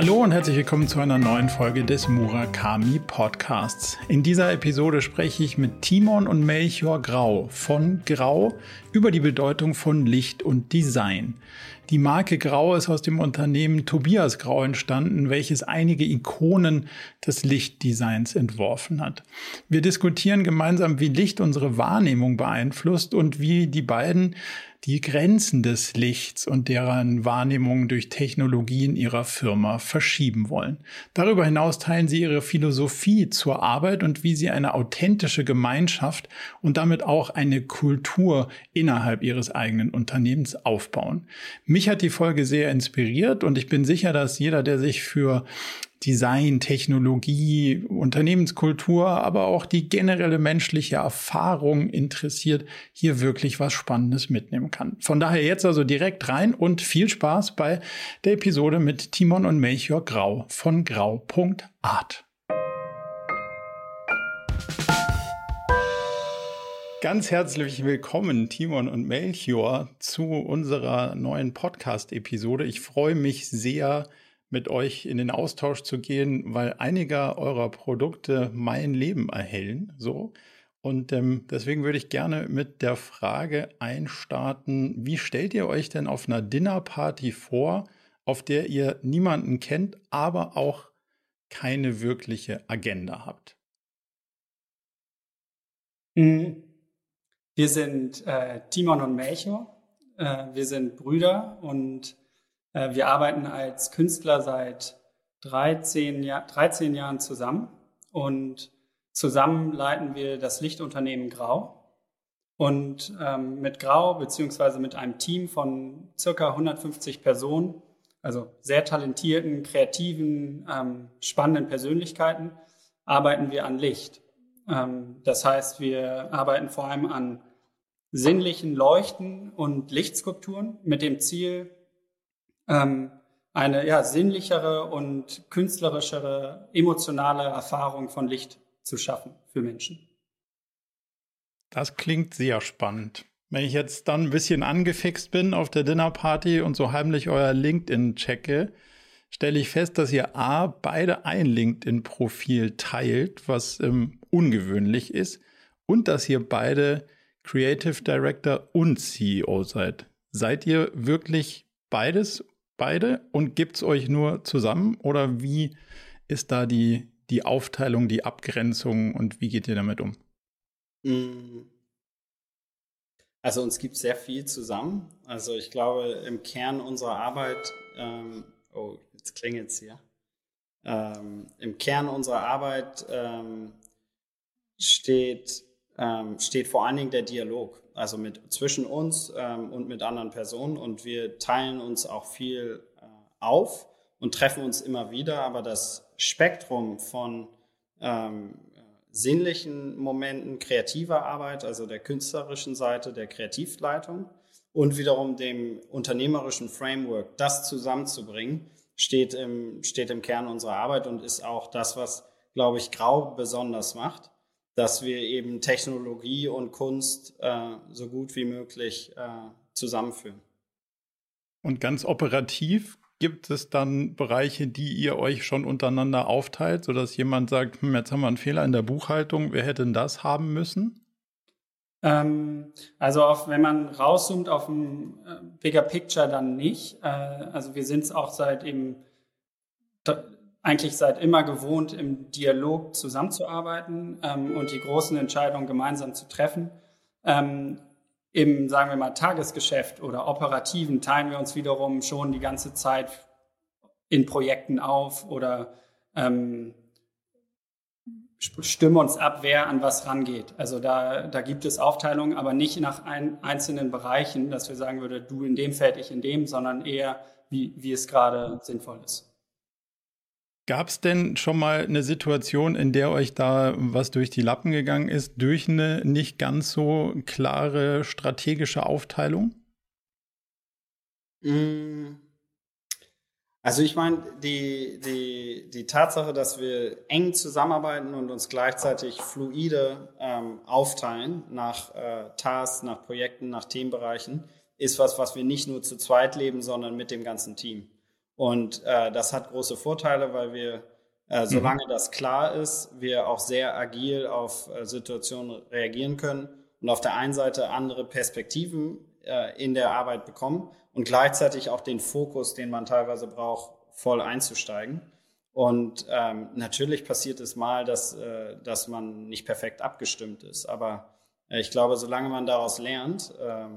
Hallo und herzlich willkommen zu einer neuen Folge des Murakami Podcasts. In dieser Episode spreche ich mit Timon und Melchior Grau von Grau über die Bedeutung von Licht und Design. Die Marke Grau ist aus dem Unternehmen Tobias Grau entstanden, welches einige Ikonen des Lichtdesigns entworfen hat. Wir diskutieren gemeinsam, wie Licht unsere Wahrnehmung beeinflusst und wie die beiden die Grenzen des Lichts und deren Wahrnehmung durch Technologien ihrer Firma verschieben wollen. Darüber hinaus teilen sie ihre Philosophie zur Arbeit und wie sie eine authentische Gemeinschaft und damit auch eine Kultur innerhalb ihres eigenen Unternehmens aufbauen. Mich hat die Folge sehr inspiriert und ich bin sicher, dass jeder, der sich für Design, Technologie, Unternehmenskultur, aber auch die generelle menschliche Erfahrung interessiert, hier wirklich was Spannendes mitnehmen kann. Von daher jetzt also direkt rein und viel Spaß bei der Episode mit Timon und Melchior Grau von grau.art. Ganz herzlich willkommen, Timon und Melchior, zu unserer neuen Podcast-Episode. Ich freue mich sehr, mit euch in den Austausch zu gehen, weil einige eurer Produkte mein Leben erhellen. Und deswegen würde ich gerne mit der Frage einstarten, wie stellt ihr euch denn auf einer Dinnerparty vor, auf der ihr niemanden kennt, aber auch keine wirkliche Agenda habt? Wir sind Timon und Melchior. Wir sind Brüder und wir arbeiten als Künstler seit 13 Jahren zusammen und zusammen leiten wir das Lichtunternehmen Grau. Und mit Grau beziehungsweise mit einem Team von circa 150 Personen, also sehr talentierten, kreativen, spannenden Persönlichkeiten, arbeiten wir an Licht. Das heißt, wir arbeiten vor allem an sinnlichen Leuchten und Lichtskulpturen mit dem Ziel, eine sinnlichere und künstlerischere, emotionale Erfahrung von Licht zu schaffen für Menschen. Das klingt sehr spannend. Wenn ich jetzt dann ein bisschen angefixt bin auf der Dinnerparty und so heimlich euer LinkedIn checke, stelle ich fest, dass ihr beide ein LinkedIn-Profil teilt, was ungewöhnlich ist, und dass ihr beide Creative Director und CEO seid. Seid ihr wirklich beide? Und gibt es euch nur zusammen? Oder wie ist da die Aufteilung, die Abgrenzung und wie geht ihr damit um? Also uns gibt sehr viel zusammen. Also ich glaube, im Kern unserer Arbeit, jetzt klingelt's hier. Im Kern unserer Arbeit steht vor allen Dingen der Dialog, also zwischen uns und mit anderen Personen, und wir teilen uns auch viel auf und treffen uns immer wieder, aber das Spektrum von sinnlichen Momenten kreativer Arbeit, also der künstlerischen Seite, der Kreativleitung und wiederum dem unternehmerischen Framework, das zusammenzubringen, steht im Kern unserer Arbeit und ist auch das, was, glaube ich, Grau besonders macht, dass wir eben Technologie und Kunst so gut wie möglich zusammenführen. Und ganz operativ gibt es dann Bereiche, die ihr euch schon untereinander aufteilt, sodass jemand sagt, jetzt haben wir einen Fehler in der Buchhaltung, wer hätte denn das haben müssen? Also wenn man rauszoomt auf ein Bigger Picture, dann nicht. Also wir sind es auch seit immer gewohnt, im Dialog zusammenzuarbeiten und die großen Entscheidungen gemeinsam zu treffen. Im, sagen wir mal, Tagesgeschäft oder Operativen teilen wir uns wiederum schon die ganze Zeit in Projekten auf oder stimmen uns ab, wer an was rangeht. Also da gibt es Aufteilungen, aber nicht nach einzelnen Bereichen, dass wir sagen würden, du in dem Feld, ich in dem, sondern eher, wie es gerade sinnvoll ist. Gab es denn schon mal eine Situation, in der euch da was durch die Lappen gegangen ist, durch eine nicht ganz so klare strategische Aufteilung? Also ich meine, die Tatsache, dass wir eng zusammenarbeiten und uns gleichzeitig fluide aufteilen nach Tasks, nach Projekten, nach Themenbereichen, ist was wir nicht nur zu zweit leben, sondern mit dem ganzen Team. Und das hat große Vorteile, weil wir, solange das klar ist, wir auch sehr agil auf Situationen reagieren können und auf der einen Seite andere Perspektiven in der Arbeit bekommen und gleichzeitig auch den Fokus, den man teilweise braucht, voll einzusteigen. Und natürlich passiert es mal, dass man nicht perfekt abgestimmt ist. Aber ich glaube, solange man daraus lernt,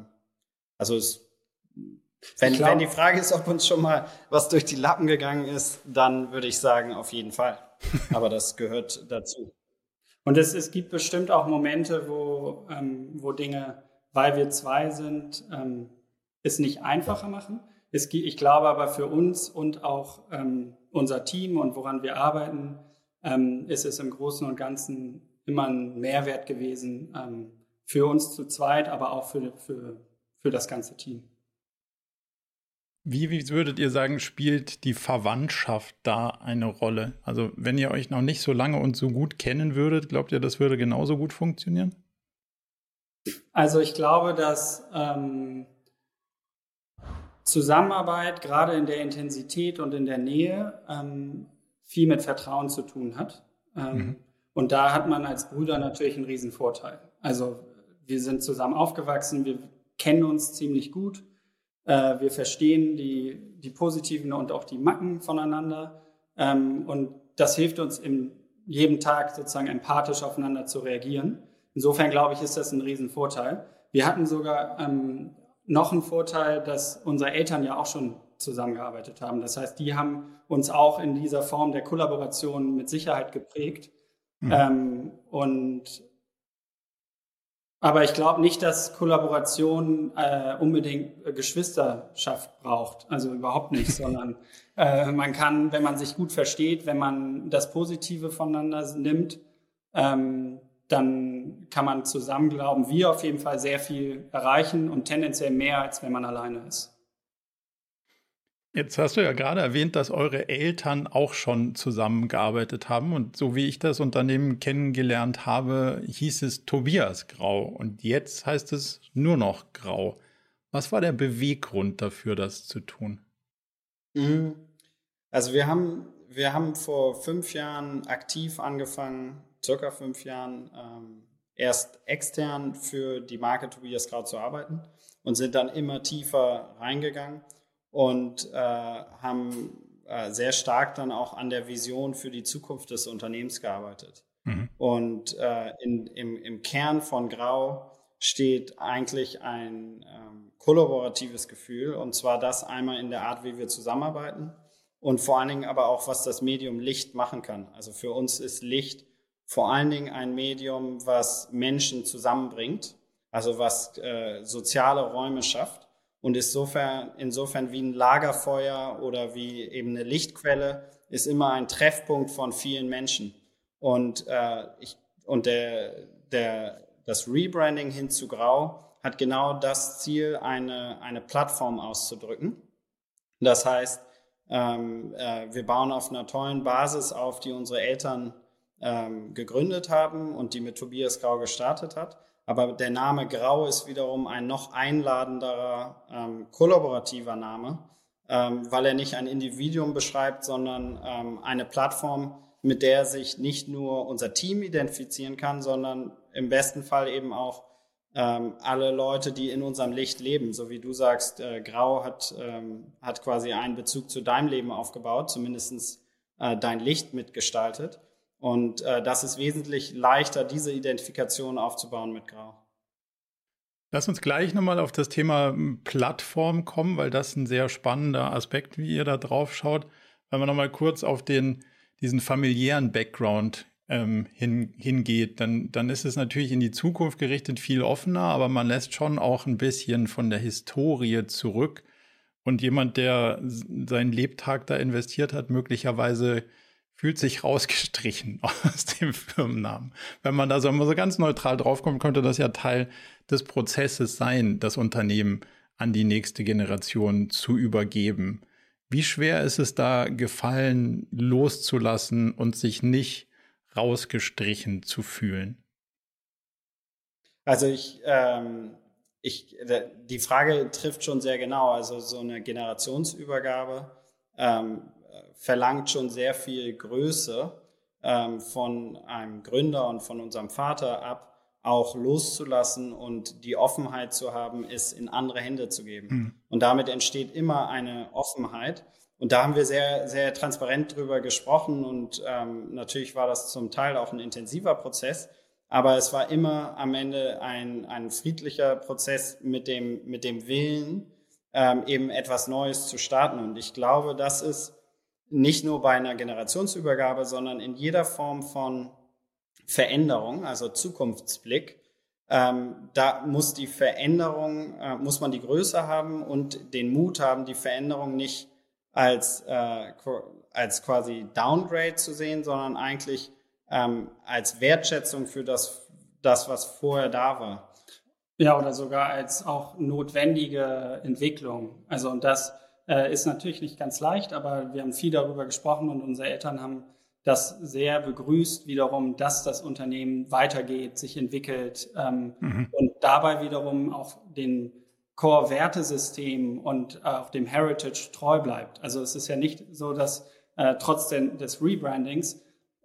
wenn die Frage ist, ob uns schon mal was durch die Lappen gegangen ist, dann würde ich sagen, auf jeden Fall. Aber das gehört dazu. Und es gibt bestimmt auch Momente, wo Dinge, weil wir zwei sind, es nicht einfacher machen. Ich glaube aber für uns und auch unser Team und woran wir arbeiten, ist es im Großen und Ganzen immer ein Mehrwert gewesen für uns zu zweit, aber auch für das ganze Team. Wie würdet ihr sagen, spielt die Verwandtschaft da eine Rolle? Also wenn ihr euch noch nicht so lange und so gut kennen würdet, glaubt ihr, das würde genauso gut funktionieren? Also ich glaube, dass Zusammenarbeit gerade in der Intensität und in der Nähe viel mit Vertrauen zu tun hat. Und da hat man als Brüder natürlich einen riesen Vorteil. Also wir sind zusammen aufgewachsen, wir kennen uns ziemlich gut. Wir verstehen die positiven und auch die Macken voneinander. Und das hilft uns jeden Tag sozusagen empathisch aufeinander zu reagieren. Insofern glaube ich, ist das ein Riesenvorteil. Wir hatten sogar noch einen Vorteil, dass unsere Eltern ja auch schon zusammengearbeitet haben. Das heißt, die haben uns auch in dieser Form der Kollaboration mit Sicherheit geprägt. Aber ich glaube nicht, dass Kollaboration unbedingt Geschwisterschaft braucht. Also überhaupt nicht, sondern man kann, wenn man sich gut versteht, wenn man das Positive voneinander nimmt, dann kann man zusammen, glauben wir, auf jeden Fall sehr viel erreichen und tendenziell mehr, als wenn man alleine ist. Jetzt hast du ja gerade erwähnt, dass eure Eltern auch schon zusammengearbeitet haben. Und so wie ich das Unternehmen kennengelernt habe, hieß es Tobias Grau. Und jetzt heißt es nur noch Grau. Was war der Beweggrund dafür, das zu tun? Also wir haben vor 5 Jahren aktiv angefangen, circa 5 Jahren, erst extern für die Marke Tobias Grau zu arbeiten und sind dann immer tiefer reingegangen und haben sehr stark dann auch an der Vision für die Zukunft des Unternehmens gearbeitet. Und im Kern von Grau steht eigentlich ein kollaboratives Gefühl, und zwar das einmal in der Art, wie wir zusammenarbeiten und vor allen Dingen aber auch, was das Medium Licht machen kann. Also für uns ist Licht vor allen Dingen ein Medium, was Menschen zusammenbringt, also was soziale Räume schafft und insofern wie ein Lagerfeuer oder wie eben eine Lichtquelle ist immer ein Treffpunkt von vielen Menschen. Und das Rebranding hin zu Grau hat genau das Ziel, eine Plattform auszudrücken. Das heißt, wir bauen auf einer tollen Basis auf, die unsere Eltern gegründet haben und die mit Tobias Grau gestartet hat. Aber der Name Grau ist wiederum ein noch einladenderer, kollaborativer Name, weil er nicht ein Individuum beschreibt, sondern eine Plattform, mit der sich nicht nur unser Team identifizieren kann, sondern im besten Fall eben auch alle Leute, die in unserem Licht leben. So wie du sagst, Grau hat quasi einen Bezug zu deinem Leben aufgebaut, zumindest dein Licht mitgestaltet. Und das ist wesentlich leichter, diese Identifikation aufzubauen mit Grau. Lass uns gleich nochmal auf das Thema Plattform kommen, weil das ein sehr spannender Aspekt, wie ihr da drauf schaut. Wenn man nochmal kurz auf diesen familiären Background hingeht, dann ist es natürlich in die Zukunft gerichtet viel offener, aber man lässt schon auch ein bisschen von der Historie zurück. Und jemand, der seinen Lebtag da investiert hat, möglicherweise fühlt sich rausgestrichen aus dem Firmennamen. Wenn man da so ganz neutral draufkommt, könnte das ja Teil des Prozesses sein, das Unternehmen an die nächste Generation zu übergeben. Wie schwer ist es da gefallen, loszulassen und sich nicht rausgestrichen zu fühlen? Also die Frage trifft schon sehr genau. Also so eine Generationsübergabe verlangt schon sehr viel Größe von einem Gründer und von unserem Vater ab, auch loszulassen und die Offenheit zu haben, es in andere Hände zu geben. Mhm. Und damit entsteht immer eine Offenheit. Und da haben wir sehr, sehr transparent drüber gesprochen und natürlich war das zum Teil auch ein intensiver Prozess, aber es war immer am Ende ein friedlicher Prozess mit dem Willen, eben etwas Neues zu starten. Und ich glaube, das ist nicht nur bei einer Generationsübergabe, sondern in jeder Form von Veränderung, also Zukunftsblick, da muss die Veränderung, muss man die Größe haben und den Mut haben, die Veränderung nicht als quasi Downgrade zu sehen, sondern eigentlich als Wertschätzung für das, was vorher da war. Ja, oder sogar als auch notwendige Entwicklung. Also und das ist natürlich nicht ganz leicht, aber wir haben viel darüber gesprochen und unsere Eltern haben das sehr begrüßt, wiederum, dass das Unternehmen weitergeht, sich entwickelt und dabei wiederum auch den Core-Wertesystem und auch dem Heritage treu bleibt. Also es ist ja nicht so, dass trotz des Rebrandings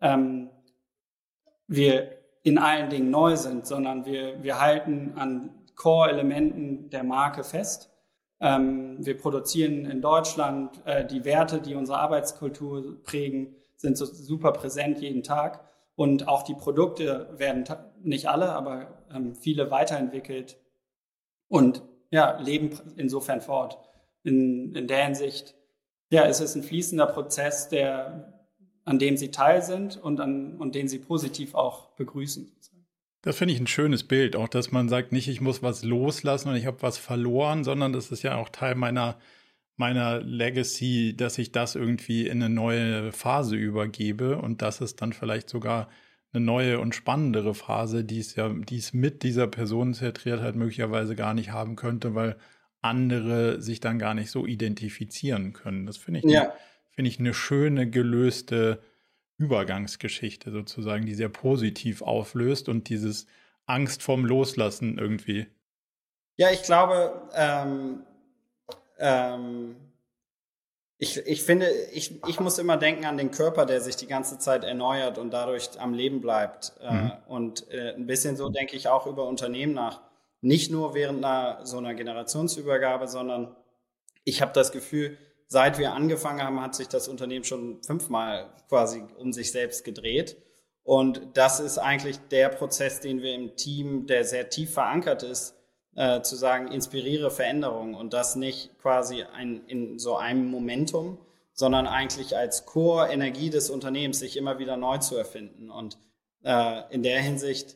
wir in allen Dingen neu sind, sondern wir halten an Core-Elementen der Marke fest. Wir produzieren in Deutschland die Werte, die unsere Arbeitskultur prägen, sind so super präsent jeden Tag. Und auch die Produkte werden nicht alle, aber viele weiterentwickelt und ja, leben insofern fort. In der Hinsicht, ja, ist es ein fließender Prozess, an dem sie teil sind und den sie positiv auch begrüßen. Das finde ich ein schönes Bild, auch dass man sagt, nicht ich muss was loslassen und ich habe was verloren, sondern das ist ja auch Teil meiner Legacy, dass ich das irgendwie in eine neue Phase übergebe und das ist dann vielleicht sogar eine neue und spannendere Phase, die es mit dieser Personenzentriertheit möglicherweise gar nicht haben könnte, weil andere sich dann gar nicht so identifizieren können. Das finde ich eine schöne, gelöste Übergangsgeschichte sozusagen, die sehr positiv auflöst und dieses Angst vorm Loslassen irgendwie. Ja, ich glaube, ich finde, ich muss immer denken an den Körper, der sich die ganze Zeit erneuert und dadurch am Leben bleibt. Und ein bisschen so denke ich auch über Unternehmen nach. Nicht nur während so einer Generationsübergabe, sondern ich habe das Gefühl, seit wir angefangen haben, hat sich das Unternehmen schon 5-mal quasi um sich selbst gedreht. Und das ist eigentlich der Prozess, den wir im Team, der sehr tief verankert ist, zu sagen, inspiriere Veränderung und das nicht quasi in so einem Momentum, sondern eigentlich als Core-Energie des Unternehmens sich immer wieder neu zu erfinden. Und in der Hinsicht,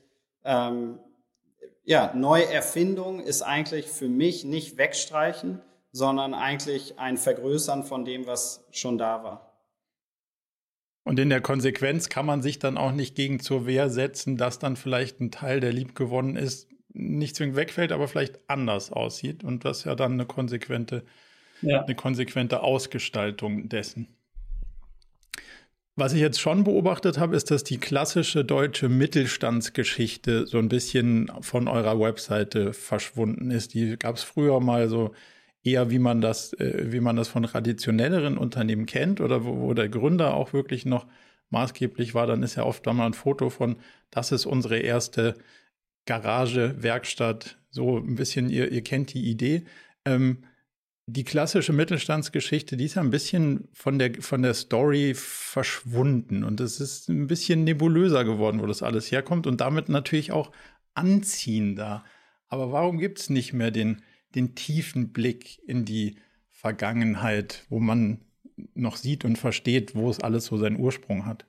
Neuerfindung ist eigentlich für mich nicht wegstreichen, sondern eigentlich ein Vergrößern von dem, was schon da war. Und in der Konsequenz kann man sich dann auch nicht gegen zur Wehr setzen, dass dann vielleicht ein Teil, der liebgewonnen ist, nicht zwingend wegfällt, aber vielleicht anders aussieht. Und das ist ja dann eine konsequente Ausgestaltung dessen. Was ich jetzt schon beobachtet habe, ist, dass die klassische deutsche Mittelstandsgeschichte so ein bisschen von eurer Webseite verschwunden ist. Die gab es früher mal so eher, wie man das von traditionelleren Unternehmen kennt oder wo der Gründer auch wirklich noch maßgeblich war. Dann ist ja oft mal ein Foto von, das ist unsere erste Garage, Werkstatt, so ein bisschen, ihr kennt die Idee. Die klassische Mittelstandsgeschichte, die ist ja ein bisschen von der Story verschwunden und es ist ein bisschen nebulöser geworden, wo das alles herkommt und damit natürlich auch anziehender. Aber warum gibt es nicht mehr den tiefen Blick in die Vergangenheit, wo man noch sieht und versteht, wo es alles so seinen Ursprung hat?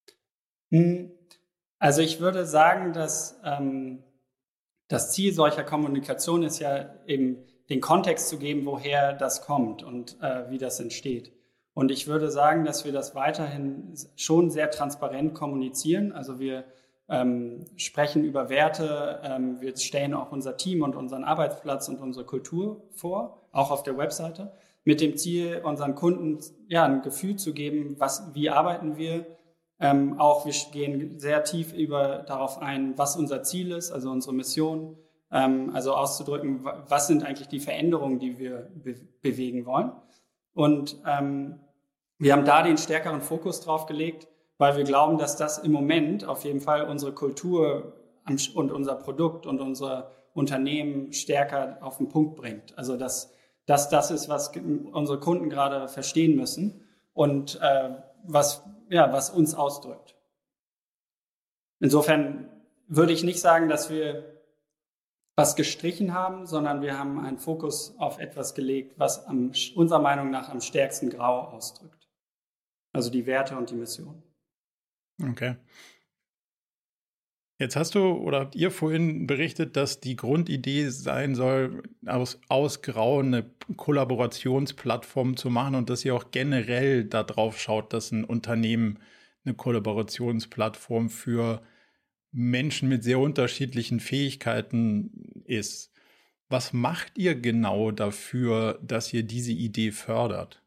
Also ich würde sagen, dass das Ziel solcher Kommunikation ist ja eben den Kontext zu geben, woher das kommt und wie das entsteht. Und ich würde sagen, dass wir das weiterhin schon sehr transparent kommunizieren. Also wir sprechen über Werte, wir stellen auch unser Team und unseren Arbeitsplatz und unsere Kultur vor, auch auf der Webseite, mit dem Ziel, unseren Kunden ein Gefühl zu geben, wie arbeiten wir. Wir gehen sehr tief darauf ein, was unser Ziel ist, also unsere Mission, also auszudrücken, was sind eigentlich die Veränderungen, die wir bewegen wollen. Und Wir haben da den stärkeren Fokus drauf gelegt, weil wir glauben, dass das im Moment auf jeden Fall unsere Kultur und unser Produkt und unser Unternehmen stärker auf den Punkt bringt. Also dass das ist, was unsere Kunden gerade verstehen müssen und was uns ausdrückt. Insofern würde ich nicht sagen, dass wir was gestrichen haben, sondern wir haben einen Fokus auf etwas gelegt, was unserer Meinung nach am stärksten Grau ausdrückt. Also die Werte und die Mission. Okay. Jetzt hast du oder habt ihr vorhin berichtet, dass die Grundidee sein soll, aus Grau eine Kollaborationsplattform zu machen und dass ihr auch generell darauf schaut, dass ein Unternehmen eine Kollaborationsplattform für Menschen mit sehr unterschiedlichen Fähigkeiten ist. Was macht ihr genau dafür, dass ihr diese Idee fördert?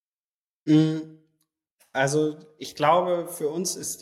Also ich glaube, für uns ist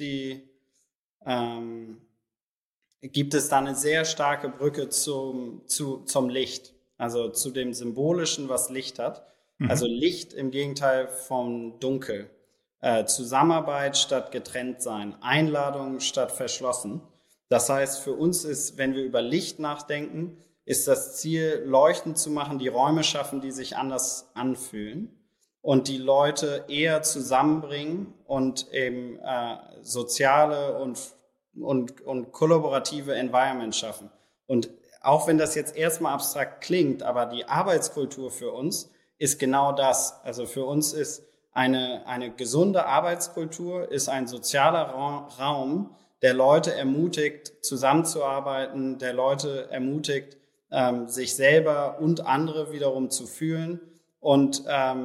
gibt es da eine sehr starke Brücke zum Licht, also zu dem Symbolischen, was Licht hat. Also Licht im Gegenteil vom Dunkel. Zusammenarbeit statt getrennt sein, Einladung statt verschlossen. Das heißt, für uns ist, wenn wir über Licht nachdenken, ist das Ziel, leuchtend zu machen, die Räume schaffen, die sich anders anfühlen und die Leute eher zusammenbringen und eben soziale und kollaborative Environment schaffen. Und auch wenn das jetzt erstmal abstrakt klingt, aber die Arbeitskultur für uns ist genau das. Also für uns ist eine gesunde Arbeitskultur ist ein sozialer Raum, der Leute ermutigt, zusammenzuarbeiten, der Leute ermutigt, sich selber und andere wiederum zu fühlen und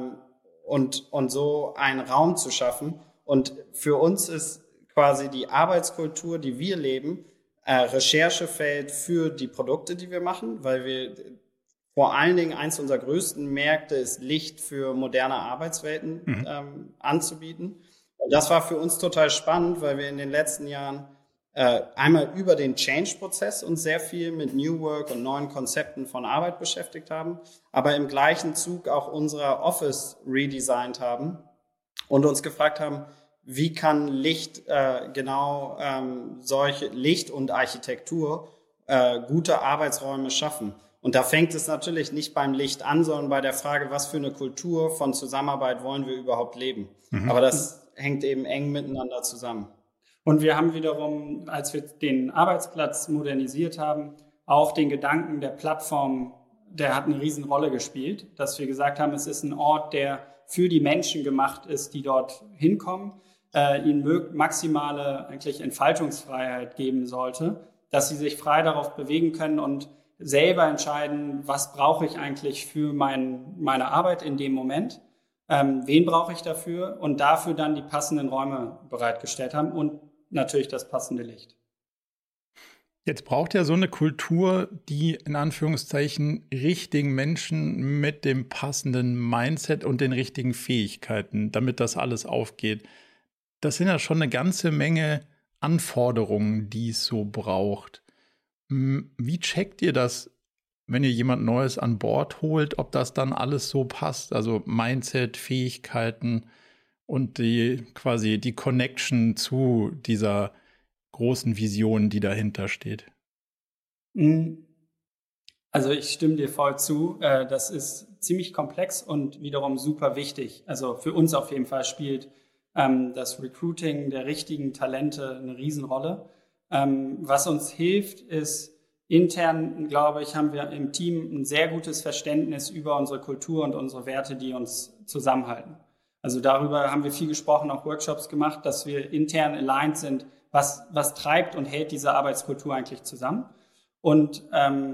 so einen Raum zu schaffen. Und für uns ist quasi die Arbeitskultur, die wir leben, Recherchefeld für die Produkte, die wir machen, weil wir vor allen Dingen eins unserer größten Märkte ist, Licht für moderne Arbeitswelten anzubieten. Und das war für uns total spannend, weil wir in den letzten Jahren einmal über den Change-Prozess uns sehr viel mit New Work und neuen Konzepten von Arbeit beschäftigt haben, aber im gleichen Zug auch unser Office redesigned haben und uns gefragt haben, wie kann Licht solche Licht und Architektur gute Arbeitsräume schaffen? Und da fängt es natürlich nicht beim Licht an, sondern bei der Frage, was für eine Kultur von Zusammenarbeit wollen wir überhaupt leben? Aber das hängt eben eng miteinander zusammen. Und wir haben wiederum, als wir den Arbeitsplatz modernisiert haben, auch den Gedanken der Plattform, der hat eine Riesenrolle gespielt, dass wir gesagt haben, es ist ein Ort, der für die Menschen gemacht ist, die dort hinkommen, ihnen maximale eigentlich Entfaltungsfreiheit geben sollte, dass sie sich frei darauf bewegen können und selber entscheiden, was brauche ich eigentlich für meine Arbeit in dem Moment, wen brauche ich dafür und dafür dann die passenden Räume bereitgestellt haben und natürlich das passende Licht. Jetzt braucht ja so eine Kultur die in Anführungszeichen richtigen Menschen mit dem passenden Mindset und den richtigen Fähigkeiten, damit das alles aufgeht. Das sind ja schon eine ganze Menge Anforderungen, die es so braucht. Wie checkt ihr das, wenn ihr jemand Neues an Bord holt, ob das dann alles so passt? Also Mindset, Fähigkeiten und die Connection zu dieser großen Vision, die dahinter steht. Also ich stimme dir voll zu. Das ist ziemlich komplex und wiederum super wichtig. Also für uns auf jeden Fall spielt das Recruiting der richtigen Talente eine Riesenrolle. Was uns hilft, ist intern, glaube ich, haben wir im Team ein sehr gutes Verständnis über unsere Kultur und unsere Werte, die uns zusammenhalten. Also darüber haben wir viel gesprochen, auch Workshops gemacht, dass wir intern aligned sind, was treibt und hält diese Arbeitskultur eigentlich zusammen. Und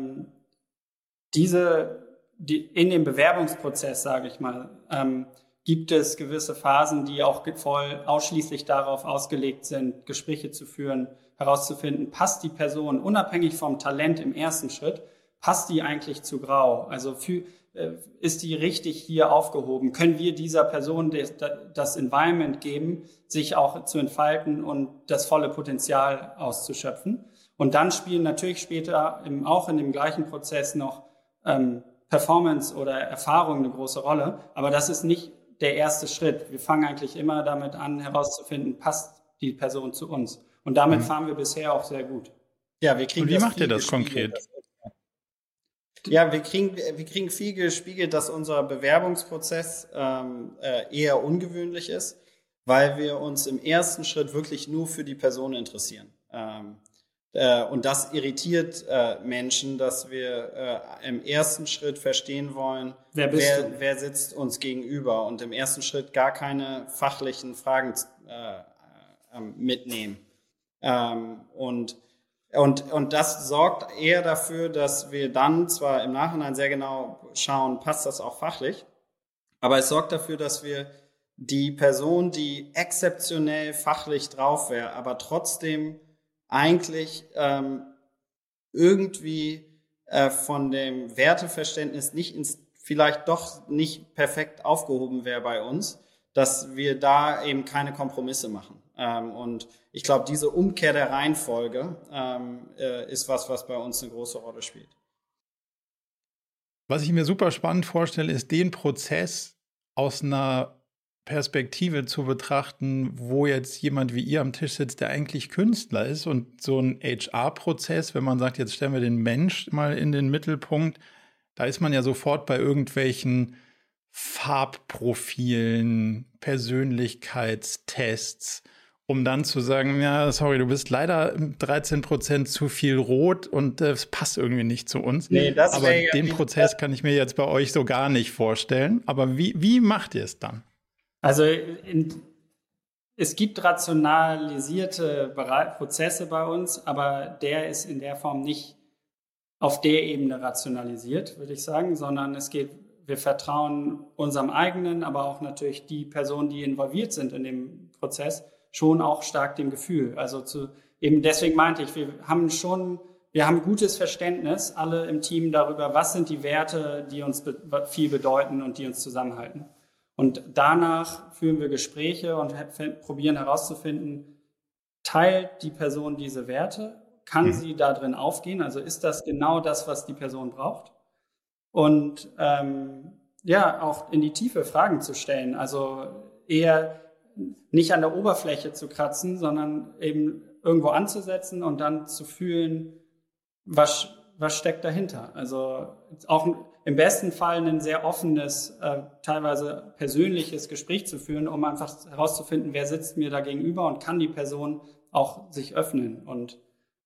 in dem Bewerbungsprozess, sage ich mal, gibt es gewisse Phasen, die auch voll ausschließlich darauf ausgelegt sind, Gespräche zu führen, herauszufinden, passt die Person unabhängig vom Talent im ersten Schritt, passt die eigentlich zu Grau? Also ist die richtig hier aufgehoben? Können wir dieser Person das Environment geben, sich auch zu entfalten und das volle Potenzial auszuschöpfen? Und dann spielen natürlich später auch in dem gleichen Prozess noch Performance oder Erfahrung eine große Rolle. Aber das ist nicht der erste Schritt. Wir fangen eigentlich immer damit an, herauszufinden, passt die Person zu uns. Und damit fahren wir bisher auch sehr gut. Ja, wir kriegen Und wie macht ihr das konkret? Ja, wir kriegen viel gespiegelt, dass unser Bewerbungsprozess eher ungewöhnlich ist, weil wir uns im ersten Schritt wirklich nur für die Person interessieren. Und das irritiert Menschen, dass wir im ersten Schritt verstehen wollen, wer sitzt uns gegenüber und im ersten Schritt gar keine fachlichen Fragen mitnehmen. Und das sorgt eher dafür, dass wir dann zwar im Nachhinein sehr genau schauen, passt das auch fachlich, aber es sorgt dafür, dass wir die Person, die exzeptionell fachlich drauf wäre, aber trotzdem eigentlich irgendwie von dem Werteverständnis vielleicht doch nicht perfekt aufgehoben wäre bei uns, dass wir da eben keine Kompromisse machen. Und ich glaube, diese Umkehr der Reihenfolge ist was bei uns eine große Rolle spielt. Was ich mir super spannend vorstelle, ist den Prozess aus einer Perspektive zu betrachten, wo jetzt jemand wie ihr am Tisch sitzt, der eigentlich Künstler ist, und so ein HR-Prozess, wenn man sagt, jetzt stellen wir den Mensch mal in den Mittelpunkt, da ist man ja sofort bei irgendwelchen Farbprofilen, Persönlichkeitstests, um dann zu sagen, ja, sorry, du bist leider 13% zu viel rot und das passt irgendwie nicht zu uns. Nee, aber den Prozess kann ich mir jetzt bei euch so gar nicht vorstellen. Aber wie macht ihr es dann? Also es gibt rationalisierte Prozesse bei uns, aber der ist in der Form nicht auf der Ebene rationalisiert, würde ich sagen, sondern wir vertrauen unserem eigenen, aber auch natürlich die Personen, die involviert sind in dem Prozess, schon auch stark dem Gefühl. Also eben deswegen meinte ich, wir haben gutes Verständnis, alle im Team, darüber, was sind die Werte, die uns viel bedeuten und die uns zusammenhalten. Und danach führen wir Gespräche und probieren herauszufinden, teilt die Person diese Werte? Kann sie da drin aufgehen? Also ist das genau das, was die Person braucht? Und auch in die Tiefe Fragen zu stellen. Also eher nicht an der Oberfläche zu kratzen, sondern eben irgendwo anzusetzen und dann zu fühlen, was steckt dahinter. Also auch im besten Fall ein sehr offenes, teilweise persönliches Gespräch zu führen, um einfach herauszufinden, wer sitzt mir da gegenüber und kann die Person auch sich öffnen. Und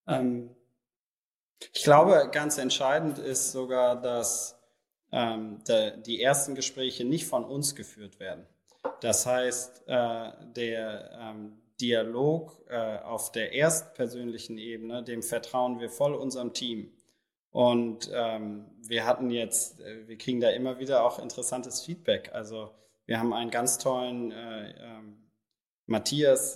ich glaube, ganz entscheidend ist sogar, dass die ersten Gespräche nicht von uns geführt werden. Das heißt, der Dialog auf der erstpersönlichen Ebene, dem vertrauen wir voll unserem Team. Und wir kriegen da immer wieder auch interessantes Feedback. Also wir haben einen ganz tollen Matthias,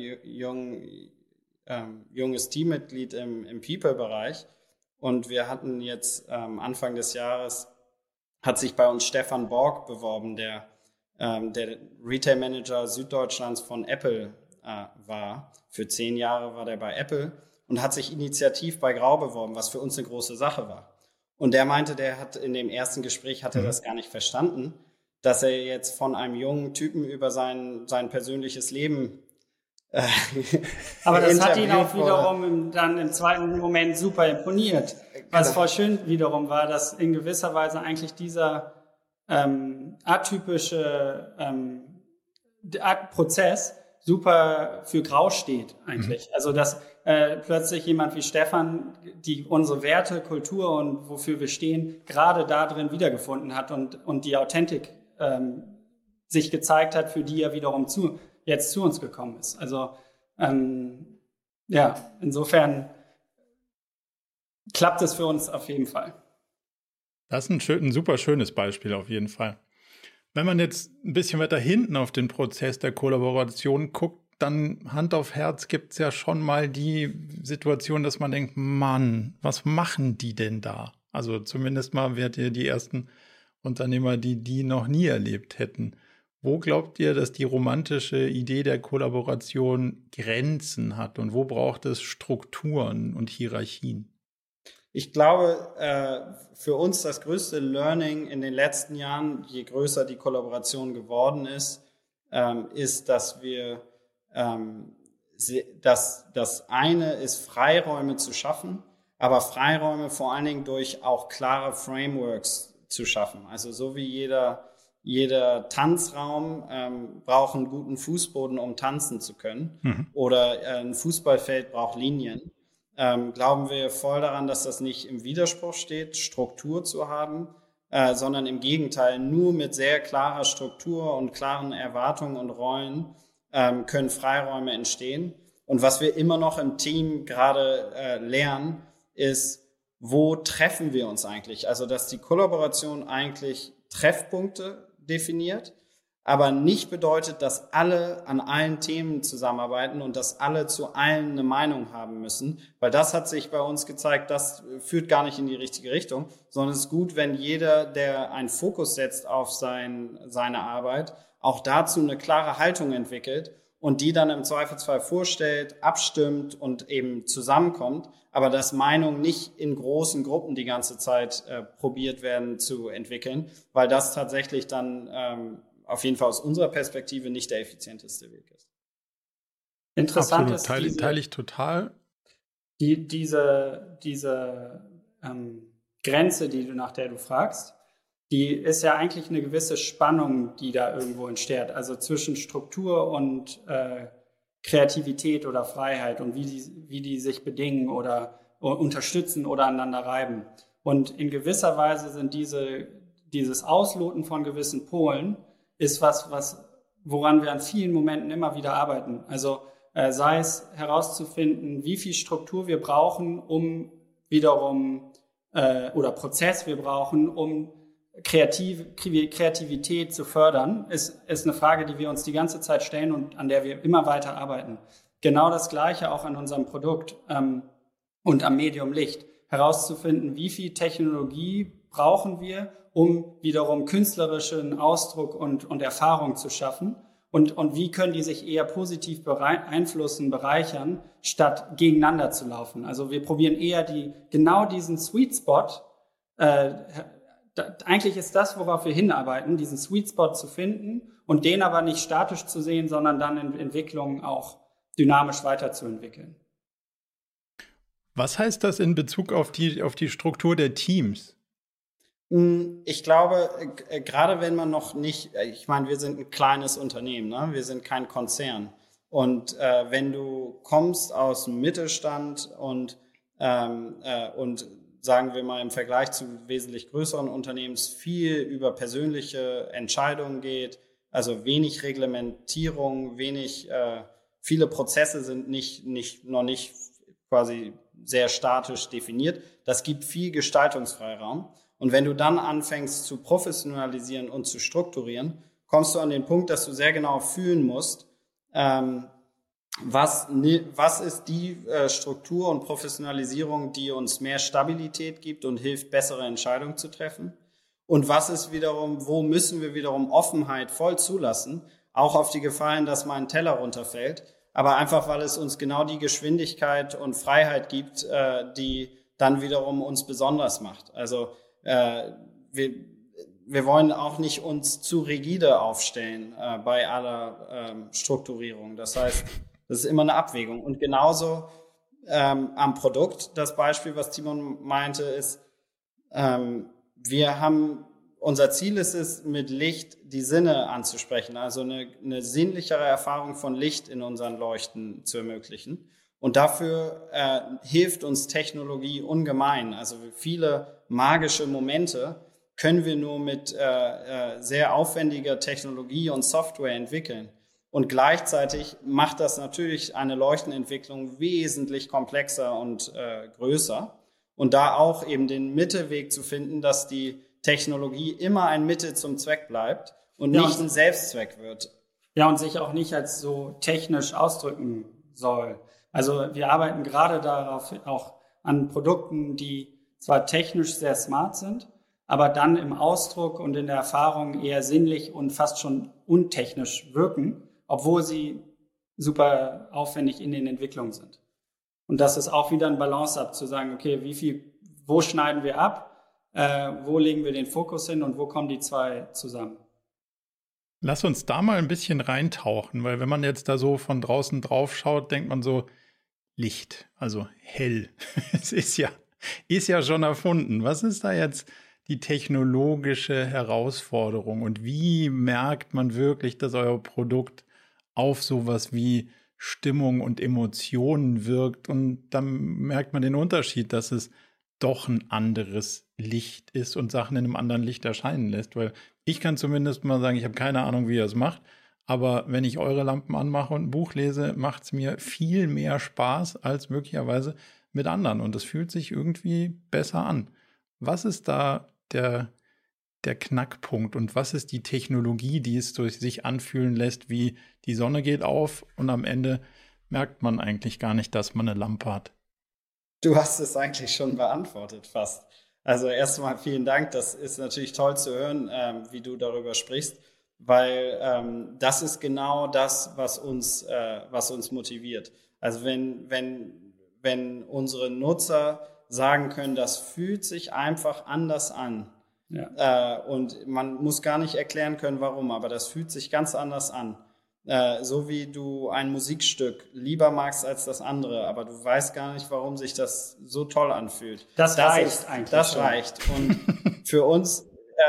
junges Teammitglied im People-Bereich. Und wir hatten jetzt Anfang des Jahres, hat sich bei uns Stefan Borg beworben, der Retail-Manager Süddeutschlands von Apple war. Für 10 Jahre war der bei Apple und hat sich initiativ bei Grau beworben, was für uns eine große Sache war. Und der meinte, der hat in dem ersten Gespräch das gar nicht verstanden, dass er jetzt von einem jungen Typen über sein persönliches Leben aber das hat ihn auch wiederum dann im zweiten Moment super imponiert. Was voll schön wiederum war, dass in gewisser Weise eigentlich dieser atypische Prozess super für Grau steht eigentlich. Also dass plötzlich jemand wie Stefan, die unsere Werte, Kultur und wofür wir stehen, gerade da drin wiedergefunden hat und die Authentik sich gezeigt hat, für die er wiederum jetzt zu uns gekommen ist. Also insofern klappt es für uns auf jeden Fall. Das ist ein super schönes Beispiel auf jeden Fall. Wenn man jetzt ein bisschen weiter hinten auf den Prozess der Kollaboration guckt, dann Hand auf Herz gibt es ja schon mal die Situation, dass man denkt, Mann, was machen die denn da? Also zumindest mal wärt ihr die ersten Unternehmer, die noch nie erlebt hätten. Wo glaubt ihr, dass die romantische Idee der Kollaboration Grenzen hat und wo braucht es Strukturen und Hierarchien? Ich glaube, für uns das größte Learning in den letzten Jahren, je größer die Kollaboration geworden ist, dass wir das eine ist, Freiräume zu schaffen, aber Freiräume vor allen Dingen durch auch klare Frameworks zu schaffen. Also so wie jeder Tanzraum braucht einen guten Fußboden, um tanzen zu können, oder ein Fußballfeld braucht Linien. Glauben wir voll daran, dass das nicht im Widerspruch steht, Struktur zu haben, sondern im Gegenteil, nur mit sehr klarer Struktur und klaren Erwartungen und Rollen können Freiräume entstehen. Und was wir immer noch im Team gerade lernen, ist, wo treffen wir uns eigentlich? Also, dass die Kollaboration eigentlich Treffpunkte definiert, aber nicht bedeutet, dass alle an allen Themen zusammenarbeiten und dass alle zu allen eine Meinung haben müssen, weil das hat sich bei uns gezeigt, das führt gar nicht in die richtige Richtung, sondern es ist gut, wenn jeder, der einen Fokus setzt auf seine Arbeit, auch dazu eine klare Haltung entwickelt und die dann im Zweifelsfall vorstellt, abstimmt und eben zusammenkommt, aber dass Meinungen nicht in großen Gruppen die ganze Zeit probiert werden zu entwickeln, weil das tatsächlich dann auf jeden Fall aus unserer Perspektive nicht der effizienteste Weg ist. Interessant Absolut, ist teile ich total. Diese Grenze, nach der du fragst, die ist ja eigentlich eine gewisse Spannung, die da irgendwo entsteht. Also zwischen Struktur und Kreativität oder Freiheit und wie die sich bedingen oder unterstützen oder aneinander reiben. Und in gewisser Weise sind dieses Ausloten von gewissen Polen ist woran wir an vielen Momenten immer wieder arbeiten. Also sei es herauszufinden, wie viel Struktur wir brauchen, um wiederum oder Prozess wir brauchen, um Kreativität zu fördern, ist eine Frage, die wir uns die ganze Zeit stellen und an der wir immer weiter arbeiten. Genau das Gleiche auch an unserem Produkt und am Medium Licht. Herauszufinden, wie viel Technologie brauchen wir, um wiederum künstlerischen Ausdruck und Erfahrung zu schaffen und wie können die sich eher positiv beeinflussen, bereichern, statt gegeneinander zu laufen. Also wir probieren eher genau diesen Sweet Spot, eigentlich ist das, worauf wir hinarbeiten, diesen Sweet Spot zu finden und den aber nicht statisch zu sehen, sondern dann in Entwicklungen auch dynamisch weiterzuentwickeln. Was heißt das in Bezug auf die Struktur der Teams? Ich glaube, gerade wenn man noch nicht, ich meine, wir sind ein kleines Unternehmen, ne? Wir sind kein Konzern. Und wenn du kommst aus dem Mittelstand und sagen wir mal im Vergleich zu wesentlich größeren Unternehmen viel über persönliche Entscheidungen geht, also wenig Reglementierung, viele Prozesse sind noch nicht quasi sehr statisch definiert. Das gibt viel Gestaltungsfreiraum. Und wenn du dann anfängst zu professionalisieren und zu strukturieren, kommst du an den Punkt, dass du sehr genau fühlen musst, was ist die Struktur und Professionalisierung, die uns mehr Stabilität gibt und hilft, bessere Entscheidungen zu treffen? Und wo müssen wir wiederum Offenheit voll zulassen, auch auf die Gefahr hin, dass mal ein Teller runterfällt, aber einfach, weil es uns genau die Geschwindigkeit und Freiheit gibt, die dann wiederum uns besonders macht. Also wir wollen auch nicht uns zu rigide aufstellen bei aller Strukturierung. Das heißt, das ist immer eine Abwägung. Und genauso am Produkt, das Beispiel, was Timon meinte, ist, unser Ziel ist es, mit Licht die Sinne anzusprechen, also eine sinnlichere Erfahrung von Licht in unseren Leuchten zu ermöglichen. Und dafür hilft uns Technologie ungemein. Also viele magische Momente können wir nur mit sehr aufwendiger Technologie und Software entwickeln. Und gleichzeitig macht das natürlich eine Leuchtenentwicklung wesentlich komplexer und größer. Und da auch eben den Mittelweg zu finden, dass die Technologie immer ein Mittel zum Zweck bleibt und nicht ein Selbstzweck wird. Ja, und sich auch nicht als so technisch ausdrücken soll. Also wir arbeiten gerade darauf auch an Produkten, die zwar technisch sehr smart sind, aber dann im Ausdruck und in der Erfahrung eher sinnlich und fast schon untechnisch wirken, obwohl sie super aufwendig in den Entwicklungen sind. Und das ist auch wieder ein Balanceakt zu sagen, okay, wo schneiden wir ab, wo legen wir den Fokus hin und wo kommen die zwei zusammen. Lass uns da mal ein bisschen reintauchen, weil wenn man jetzt da so von draußen drauf schaut, denkt man so, Licht, also hell. Es ist ja schon erfunden. Was ist da jetzt die technologische Herausforderung und wie merkt man wirklich, dass euer Produkt auf sowas wie Stimmung und Emotionen wirkt? Und dann merkt man den Unterschied, dass es doch ein anderes Licht ist und Sachen in einem anderen Licht erscheinen lässt. Weil ich kann zumindest mal sagen, ich habe keine Ahnung, wie ihr es macht. Aber wenn ich eure Lampen anmache und ein Buch lese, macht es mir viel mehr Spaß als möglicherweise mit anderen. Und es fühlt sich irgendwie besser an. Was ist da der Knackpunkt und was ist die Technologie, die es durch sich anfühlen lässt, wie die Sonne geht auf und am Ende merkt man eigentlich gar nicht, dass man eine Lampe hat? Du hast es eigentlich schon beantwortet fast. Also erstmal vielen Dank. Das ist natürlich toll zu hören, wie du darüber sprichst, weil das ist genau das, was uns motiviert. Also wenn unsere Nutzer sagen können, das fühlt sich einfach anders an. Ja. Und man muss gar nicht erklären können, warum, aber das fühlt sich ganz anders an. So wie du ein Musikstück lieber magst als das andere, aber du weißt gar nicht, warum sich das so toll anfühlt. Das reicht eigentlich. Das reicht. Und für uns...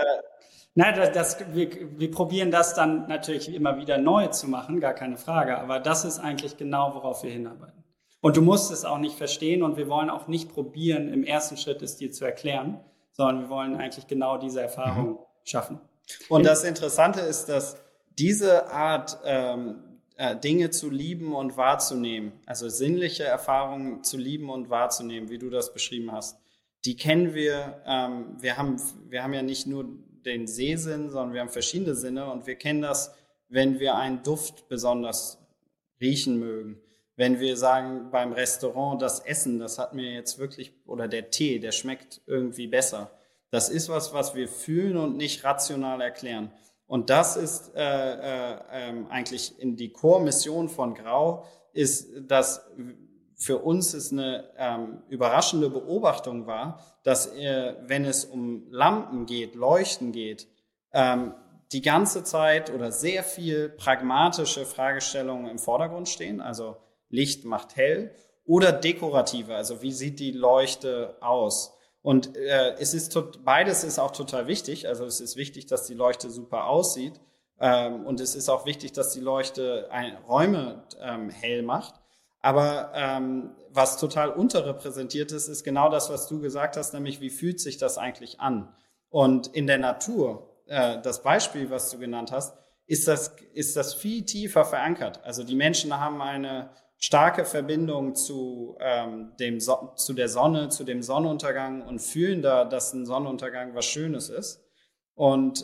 wir probieren das dann natürlich immer wieder neu zu machen, gar keine Frage, aber das ist eigentlich genau, worauf wir hinarbeiten. Und du musst es auch nicht verstehen und wir wollen auch nicht probieren, im ersten Schritt es dir zu erklären, sondern wir wollen eigentlich genau diese Erfahrung schaffen. Und das Interessante ist, dass diese Art, Dinge zu lieben und wahrzunehmen, also sinnliche Erfahrungen zu lieben und wahrzunehmen, wie du das beschrieben hast, die kennen wir. Wir haben ja nicht nur den Sehsinn, sondern wir haben verschiedene Sinne und wir kennen das, wenn wir einen Duft besonders riechen mögen. Wenn wir sagen, beim Restaurant, das Essen, das hat mir jetzt wirklich, oder der Tee, der schmeckt irgendwie besser. Das ist was wir fühlen und nicht rational erklären. Und das ist eigentlich in die Core-Mission von Grau, ist, dass für uns es eine überraschende Beobachtung war, dass wenn es um Lampen geht, Leuchten geht, die ganze Zeit oder sehr viel pragmatische Fragestellungen im Vordergrund stehen, also Licht macht hell, oder dekorative, also wie sieht die Leuchte aus? Und beides ist auch total wichtig. Also es ist wichtig, dass die Leuchte super aussieht und es ist auch wichtig, dass die Leuchte Räume hell macht. Aber was total unterrepräsentiert ist, ist genau das, was du gesagt hast, nämlich wie fühlt sich das eigentlich an? Und in der Natur, das Beispiel, was du genannt hast, ist das viel tiefer verankert. Also die Menschen haben eine starke Verbindung zu der Sonne, zu dem Sonnenuntergang und fühlen da, dass ein Sonnenuntergang was Schönes ist. Und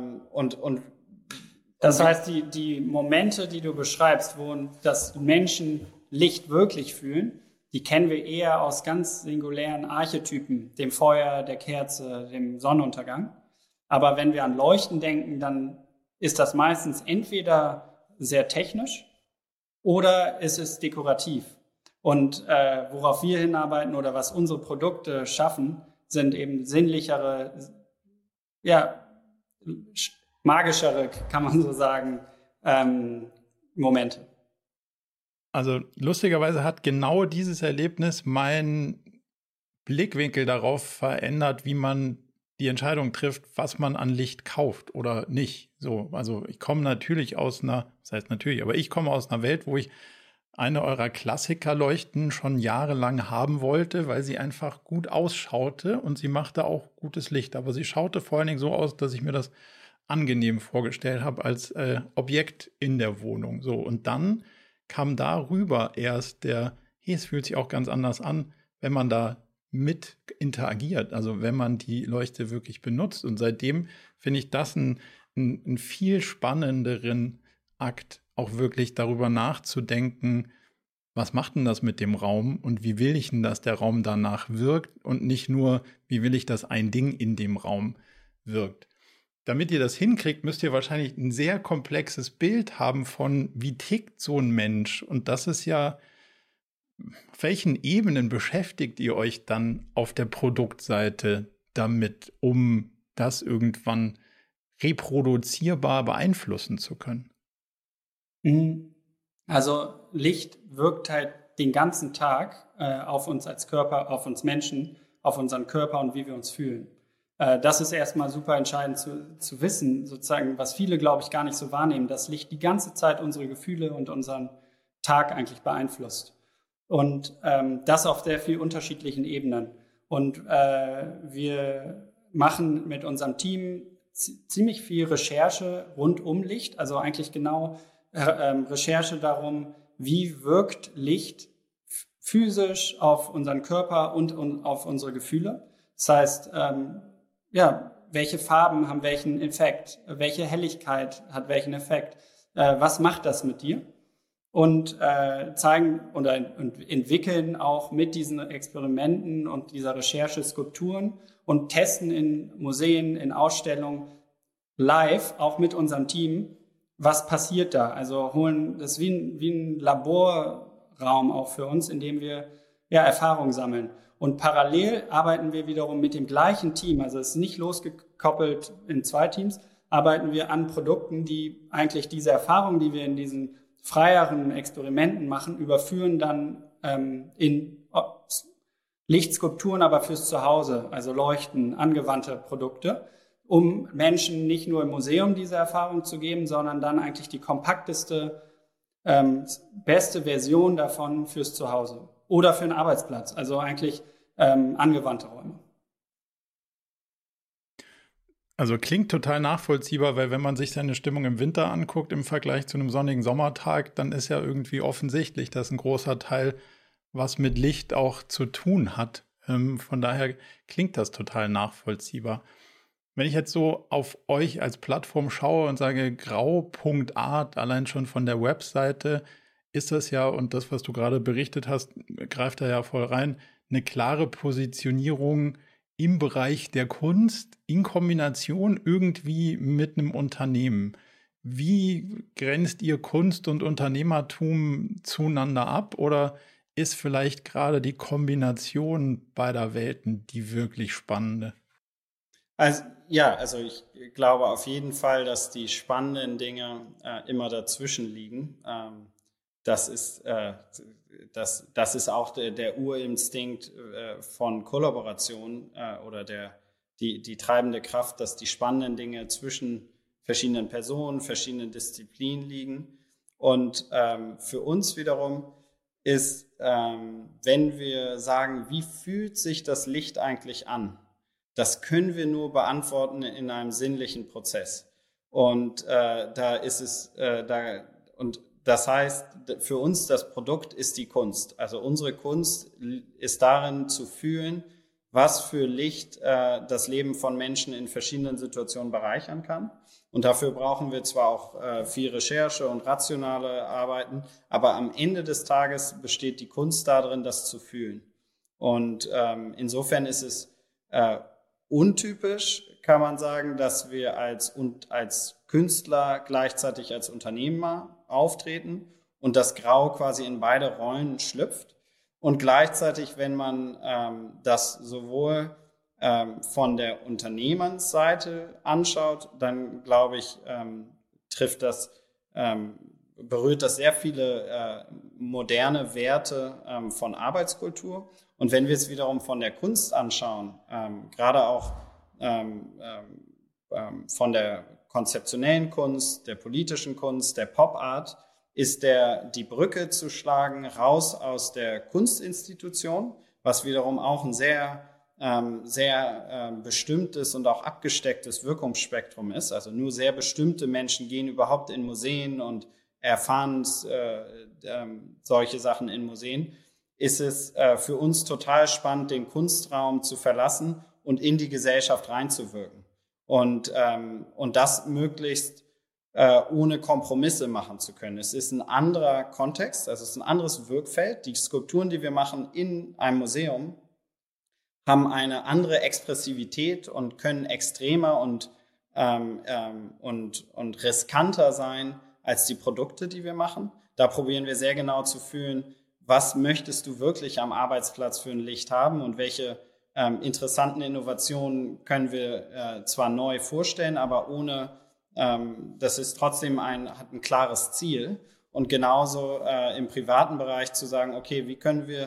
das heißt, die Momente, die du beschreibst, wo das Menschen Licht wirklich fühlen, die kennen wir eher aus ganz singulären Archetypen, dem Feuer, der Kerze, dem Sonnenuntergang. Aber wenn wir an Leuchten denken, dann ist das meistens entweder sehr technisch oder es ist dekorativ. Und worauf wir hinarbeiten oder was unsere Produkte schaffen, sind eben sinnlichere, magischere, kann man so sagen, Momente. Also lustigerweise hat genau dieses Erlebnis meinen Blickwinkel darauf verändert, wie man die Entscheidung trifft, was man an Licht kauft oder nicht. So, also ich komme natürlich ich komme aus einer Welt, wo ich eine eurer Klassikerleuchten schon jahrelang haben wollte, weil sie einfach gut ausschaute und sie machte auch gutes Licht. Aber sie schaute vor allen Dingen so aus, dass ich mir das angenehm vorgestellt habe als Objekt in der Wohnung. So, und dann kam darüber erst es fühlt sich auch ganz anders an, wenn man da mit interagiert, also wenn man die Leuchte wirklich benutzt. Und seitdem finde ich das einen viel spannenderen Akt, auch wirklich darüber nachzudenken, was macht denn das mit dem Raum und wie will ich denn, dass der Raum danach wirkt und nicht nur, wie will ich, dass ein Ding in dem Raum wirkt. Damit ihr das hinkriegt, müsst ihr wahrscheinlich ein sehr komplexes Bild haben von, wie tickt so ein Mensch. Und das ist ja Auf welchen Ebenen beschäftigt ihr euch dann auf der Produktseite damit, um das irgendwann reproduzierbar beeinflussen zu können? Also Licht wirkt halt den ganzen Tag auf uns als Körper, auf uns Menschen, auf unseren Körper und wie wir uns fühlen. Das ist erstmal super entscheidend zu wissen, sozusagen, was viele, glaube ich, gar nicht so wahrnehmen, dass Licht die ganze Zeit unsere Gefühle und unseren Tag eigentlich beeinflusst. Und das auf sehr vielen unterschiedlichen Ebenen. Und wir machen mit unserem Team ziemlich viel Recherche rund um Licht, also eigentlich genau Recherche darum, wie wirkt Licht physisch auf unseren Körper und auf unsere Gefühle. Das heißt, welche Farben haben welchen Effekt, welche Helligkeit hat welchen Effekt, was macht das mit dir? Und zeigen und entwickeln auch mit diesen Experimenten und dieser Recherche Skulpturen und testen in Museen, in Ausstellungen live, auch mit unserem Team, was passiert da. Also holen das wie ein Laborraum auch für uns, in dem wir Erfahrung sammeln. Und parallel arbeiten wir wiederum mit dem gleichen Team, also es ist nicht losgekoppelt in 2 Teams, arbeiten wir an Produkten, die eigentlich diese Erfahrung, die wir in diesen freieren Experimenten machen, überführen dann in Lichtskulpturen, aber fürs Zuhause, also Leuchten, angewandte Produkte, um Menschen nicht nur im Museum diese Erfahrung zu geben, sondern dann eigentlich die kompakteste, beste Version davon fürs Zuhause oder für einen Arbeitsplatz, also eigentlich angewandte Räume. Also klingt total nachvollziehbar, weil wenn man sich seine Stimmung im Winter anguckt im Vergleich zu einem sonnigen Sommertag, dann ist ja irgendwie offensichtlich, dass ein großer Teil was mit Licht auch zu tun hat. Von daher klingt das total nachvollziehbar. Wenn ich jetzt so auf euch als Plattform schaue und sage grau.art, allein schon von der Webseite, ist das ja, und das, was du gerade berichtet hast, greift da ja voll rein, eine klare Positionierung im Bereich der Kunst in Kombination irgendwie mit einem Unternehmen. Wie grenzt ihr Kunst und Unternehmertum zueinander ab? Oder ist vielleicht gerade die Kombination beider Welten die wirklich spannende? Also ich glaube auf jeden Fall, dass die spannenden Dinge immer dazwischen liegen. Das ist auch der Urinstinkt von Kollaboration oder die treibende Kraft, dass die spannenden Dinge zwischen verschiedenen Personen, verschiedenen Disziplinen liegen. Und für uns wiederum ist, wenn wir sagen, wie fühlt sich das Licht eigentlich an? Das können wir nur beantworten in einem sinnlichen Prozess. Und und das heißt, für uns das Produkt ist die Kunst. Also unsere Kunst ist darin zu fühlen, was für Licht das Leben von Menschen in verschiedenen Situationen bereichern kann. Und dafür brauchen wir zwar auch viel Recherche und rationale Arbeiten, aber am Ende des Tages besteht die Kunst darin, das zu fühlen. Und insofern ist es untypisch, kann man sagen, dass wir als Künstler gleichzeitig als Unternehmer auftreten und das Grau quasi in beide Rollen schlüpft. Und gleichzeitig, wenn man das sowohl von der Unternehmensseite anschaut, dann glaube ich, berührt das sehr viele moderne Werte von Arbeitskultur. Und wenn wir es wiederum von der Kunst anschauen, gerade auch von der konzeptionellen Kunst, der politischen Kunst, der Pop-Art, ist die Brücke zu schlagen raus aus der Kunstinstitution, was wiederum auch ein sehr bestimmtes und auch abgestecktes Wirkungsspektrum ist. Also nur sehr bestimmte Menschen gehen überhaupt in Museen und erfahren solche Sachen in Museen. Ist es für uns total spannend, den Kunstraum zu verlassen und in die Gesellschaft reinzuwirken. Und das möglichst ohne Kompromisse machen zu können. Es ist ein anderer Kontext, also es ist ein anderes Wirkfeld. Die Skulpturen, die wir machen in einem Museum, haben eine andere Expressivität und können extremer und riskanter sein als die Produkte, die wir machen. Da probieren wir sehr genau zu fühlen, was möchtest du wirklich am Arbeitsplatz für ein Licht haben und welche interessanten Innovationen können wir zwar neu vorstellen, aber ohne, das ist trotzdem hat ein klares Ziel. Und genauso im privaten Bereich zu sagen, okay, wie können wir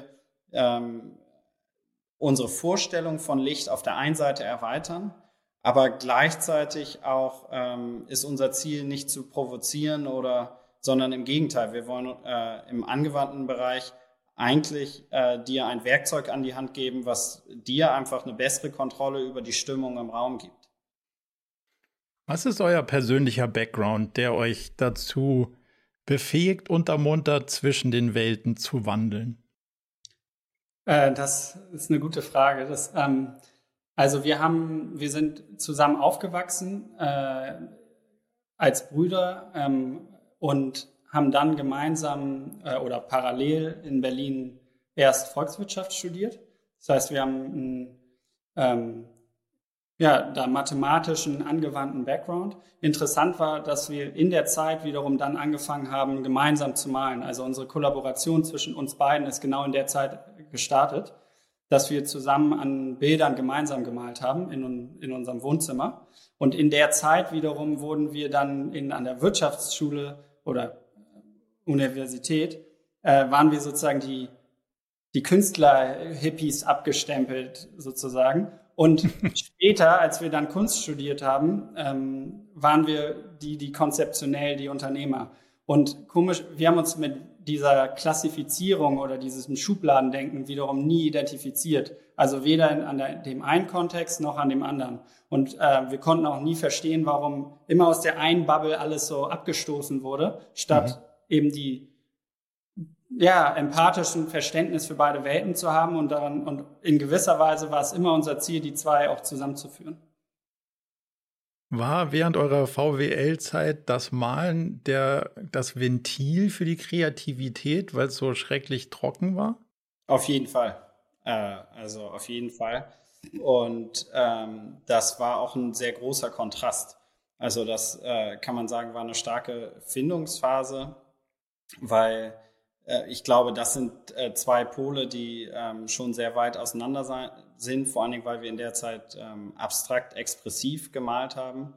unsere Vorstellung von Licht auf der einen Seite erweitern, aber gleichzeitig auch ist unser Ziel nicht zu provozieren sondern im Gegenteil, wir wollen im angewandten Bereich eigentlich dir ein Werkzeug an die Hand geben, was dir einfach eine bessere Kontrolle über die Stimmung im Raum gibt. Was ist euer persönlicher Background, der euch dazu befähigt und ermuntert, zwischen den Welten zu wandeln? Das ist eine gute Frage. Also wir sind zusammen aufgewachsen als Brüder und haben dann gemeinsam oder parallel in Berlin erst Volkswirtschaft studiert. Das heißt, wir haben da mathematischen, angewandten Background. Interessant war, dass wir in der Zeit wiederum dann angefangen haben, gemeinsam zu malen. Also unsere Kollaboration zwischen uns beiden ist genau in der Zeit gestartet, dass wir zusammen an Bildern gemeinsam gemalt haben in unserem Wohnzimmer. Und in der Zeit wiederum wurden wir dann an der Wirtschaftsschule oder Universität, waren wir sozusagen die Künstler-Hippies abgestempelt sozusagen. Und später, als wir dann Kunst studiert haben, waren wir die konzeptionell die Unternehmer. Und komisch, wir haben uns mit dieser Klassifizierung oder diesem Schubladendenken wiederum nie identifiziert. Also weder an dem einen Kontext noch an dem anderen. Und wir konnten auch nie verstehen, warum immer aus der einen Bubble alles so abgestoßen wurde, statt eben die empathischen Verständnis für beide Welten zu haben und in gewisser Weise war es immer unser Ziel, die zwei auch zusammenzuführen. War während eurer VWL-Zeit das Malen das Ventil für die Kreativität, weil es so schrecklich trocken war? Auf jeden Fall. Also auf jeden Fall. Und das war auch ein sehr großer Kontrast. Also das kann man sagen, war eine starke Findungsphase, weil ich glaube, das sind zwei Pole, die schon sehr weit auseinander sind, vor allen Dingen, weil wir in der Zeit abstrakt expressiv gemalt haben.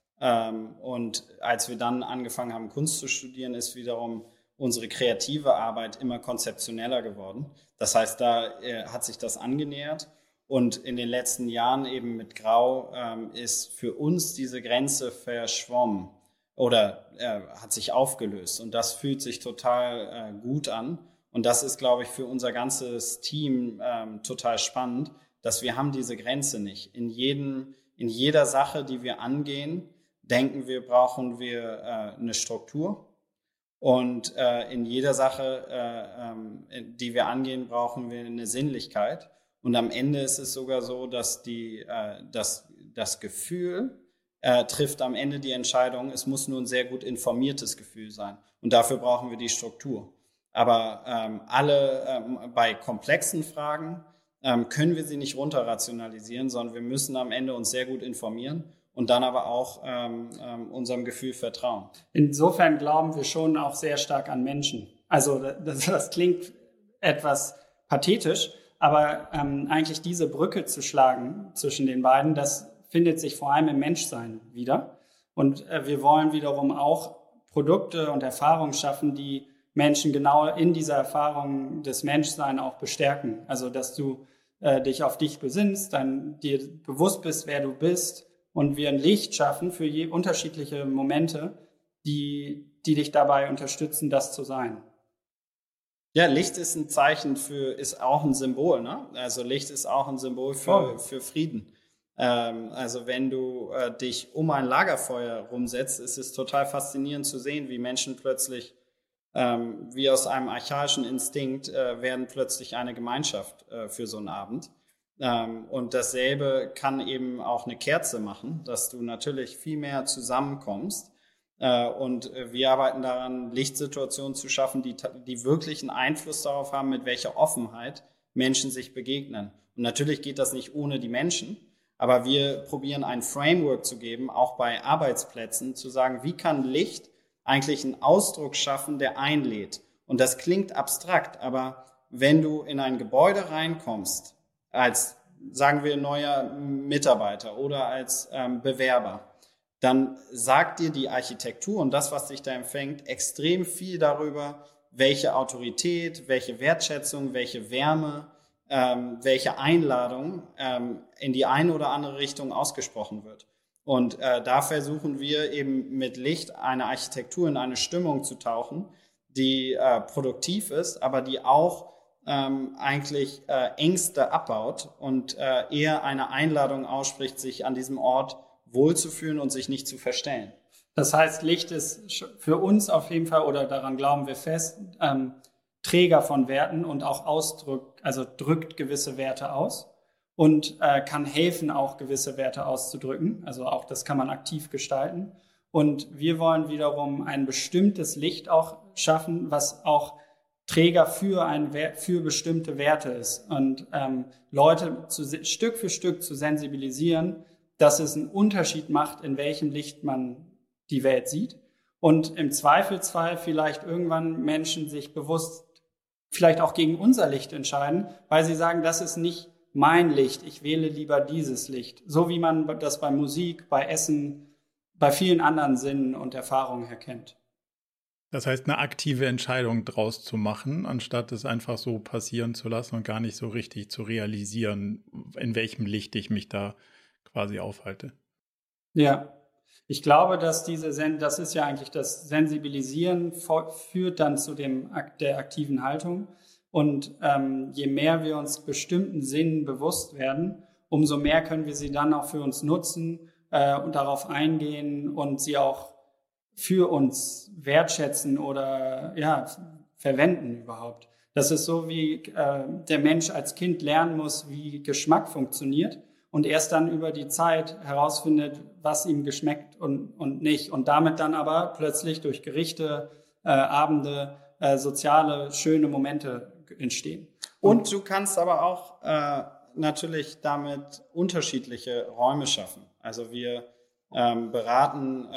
Und als wir dann angefangen haben, Kunst zu studieren, ist wiederum unsere kreative Arbeit immer konzeptioneller geworden. Das heißt, da hat sich das angenähert. Und in den letzten Jahren eben mit Grau ist für uns diese Grenze verschwommen. Oder hat sich aufgelöst. Und das fühlt sich total gut an. Und das ist, glaube ich, für unser ganzes Team total spannend, dass wir haben diese Grenze nicht. In jeder Sache, die wir angehen, denken wir, brauchen wir eine Struktur. Und in jeder Sache, die wir angehen, brauchen wir eine Sinnlichkeit. Und am Ende ist es sogar so, dass das Gefühl trifft am Ende die Entscheidung. Es muss nur ein sehr gut informiertes Gefühl sein. Und dafür brauchen wir die Struktur. Aber bei komplexen Fragen können wir sie nicht runterrationalisieren, sondern wir müssen am Ende uns sehr gut informieren und dann aber auch unserem Gefühl vertrauen. Insofern glauben wir schon auch sehr stark an Menschen. Also das klingt etwas pathetisch, aber eigentlich diese Brücke zu schlagen zwischen den beiden, das findet sich vor allem im Menschsein wieder. Und wir wollen wiederum auch Produkte und Erfahrungen schaffen, die Menschen genau in dieser Erfahrung des Menschseins auch bestärken. Also, dass du dich auf dich besinnst, dann dir bewusst bist, wer du bist und wir ein Licht schaffen für unterschiedliche Momente, die dich dabei unterstützen, das zu sein. Ja, Licht ist ein Zeichen ist auch ein Symbol, ne? Also Licht ist auch ein Symbol für Frieden. Also wenn du dich um ein Lagerfeuer rumsetzt, ist es total faszinierend zu sehen, wie Menschen plötzlich, wie aus einem archaischen Instinkt, werden plötzlich eine Gemeinschaft für so einen Abend. Und dasselbe kann eben auch eine Kerze machen, dass du natürlich viel mehr zusammenkommst. Und wir arbeiten daran, Lichtsituationen zu schaffen, die wirklich einen Einfluss darauf haben, mit welcher Offenheit Menschen sich begegnen. Und natürlich geht das nicht ohne die Menschen. Aber wir probieren ein Framework zu geben, auch bei Arbeitsplätzen, zu sagen, wie kann Licht eigentlich einen Ausdruck schaffen, der einlädt Und das klingt abstrakt, aber wenn du in ein Gebäude reinkommst, als, sagen wir, neuer Mitarbeiter oder als Bewerber, dann sagt dir die Architektur und das, was dich da empfängt, extrem viel darüber, welche Autorität, welche Wertschätzung, welche Wärme, welche Einladung in die eine oder andere Richtung ausgesprochen wird. Und da versuchen wir eben mit Licht eine Architektur in eine Stimmung zu tauchen, die produktiv ist, aber die auch eigentlich Ängste abbaut und eher eine Einladung ausspricht, sich an diesem Ort wohlzufühlen und sich nicht zu verstellen. Das heißt, Licht ist für uns auf jeden Fall, oder daran glauben wir fest, Träger von Werten und auch drückt gewisse Werte aus und kann helfen, auch gewisse Werte auszudrücken. Also auch das kann man aktiv gestalten. Und wir wollen wiederum ein bestimmtes Licht auch schaffen, was auch Träger für bestimmte Werte ist. Und Leute Stück für Stück zu sensibilisieren, dass es einen Unterschied macht, in welchem Licht man die Welt sieht. Und im Zweifelsfall vielleicht irgendwann Menschen sich bewusst vielleicht auch gegen unser Licht entscheiden, weil sie sagen, das ist nicht mein Licht, ich wähle lieber dieses Licht. So wie man das bei Musik, bei Essen, bei vielen anderen Sinnen und Erfahrungen erkennt. Das heißt, eine aktive Entscheidung draus zu machen, anstatt es einfach so passieren zu lassen und gar nicht so richtig zu realisieren, in welchem Licht ich mich da quasi aufhalte. Ja, ich glaube, dass das ist ja eigentlich das Sensibilisieren führt dann zu der aktiven Haltung. Und je mehr wir uns bestimmten Sinnen bewusst werden, umso mehr können wir sie dann auch für uns nutzen und darauf eingehen und sie auch für uns wertschätzen oder verwenden überhaupt. Das ist so, wie der Mensch als Kind lernen muss, wie Geschmack funktioniert und erst dann über die Zeit herausfindet, was ihm geschmeckt und nicht. Und damit dann aber plötzlich durch Gerichte, Abende, soziale, schöne Momente entstehen. Und du kannst aber auch natürlich damit unterschiedliche Räume schaffen. Also wir beraten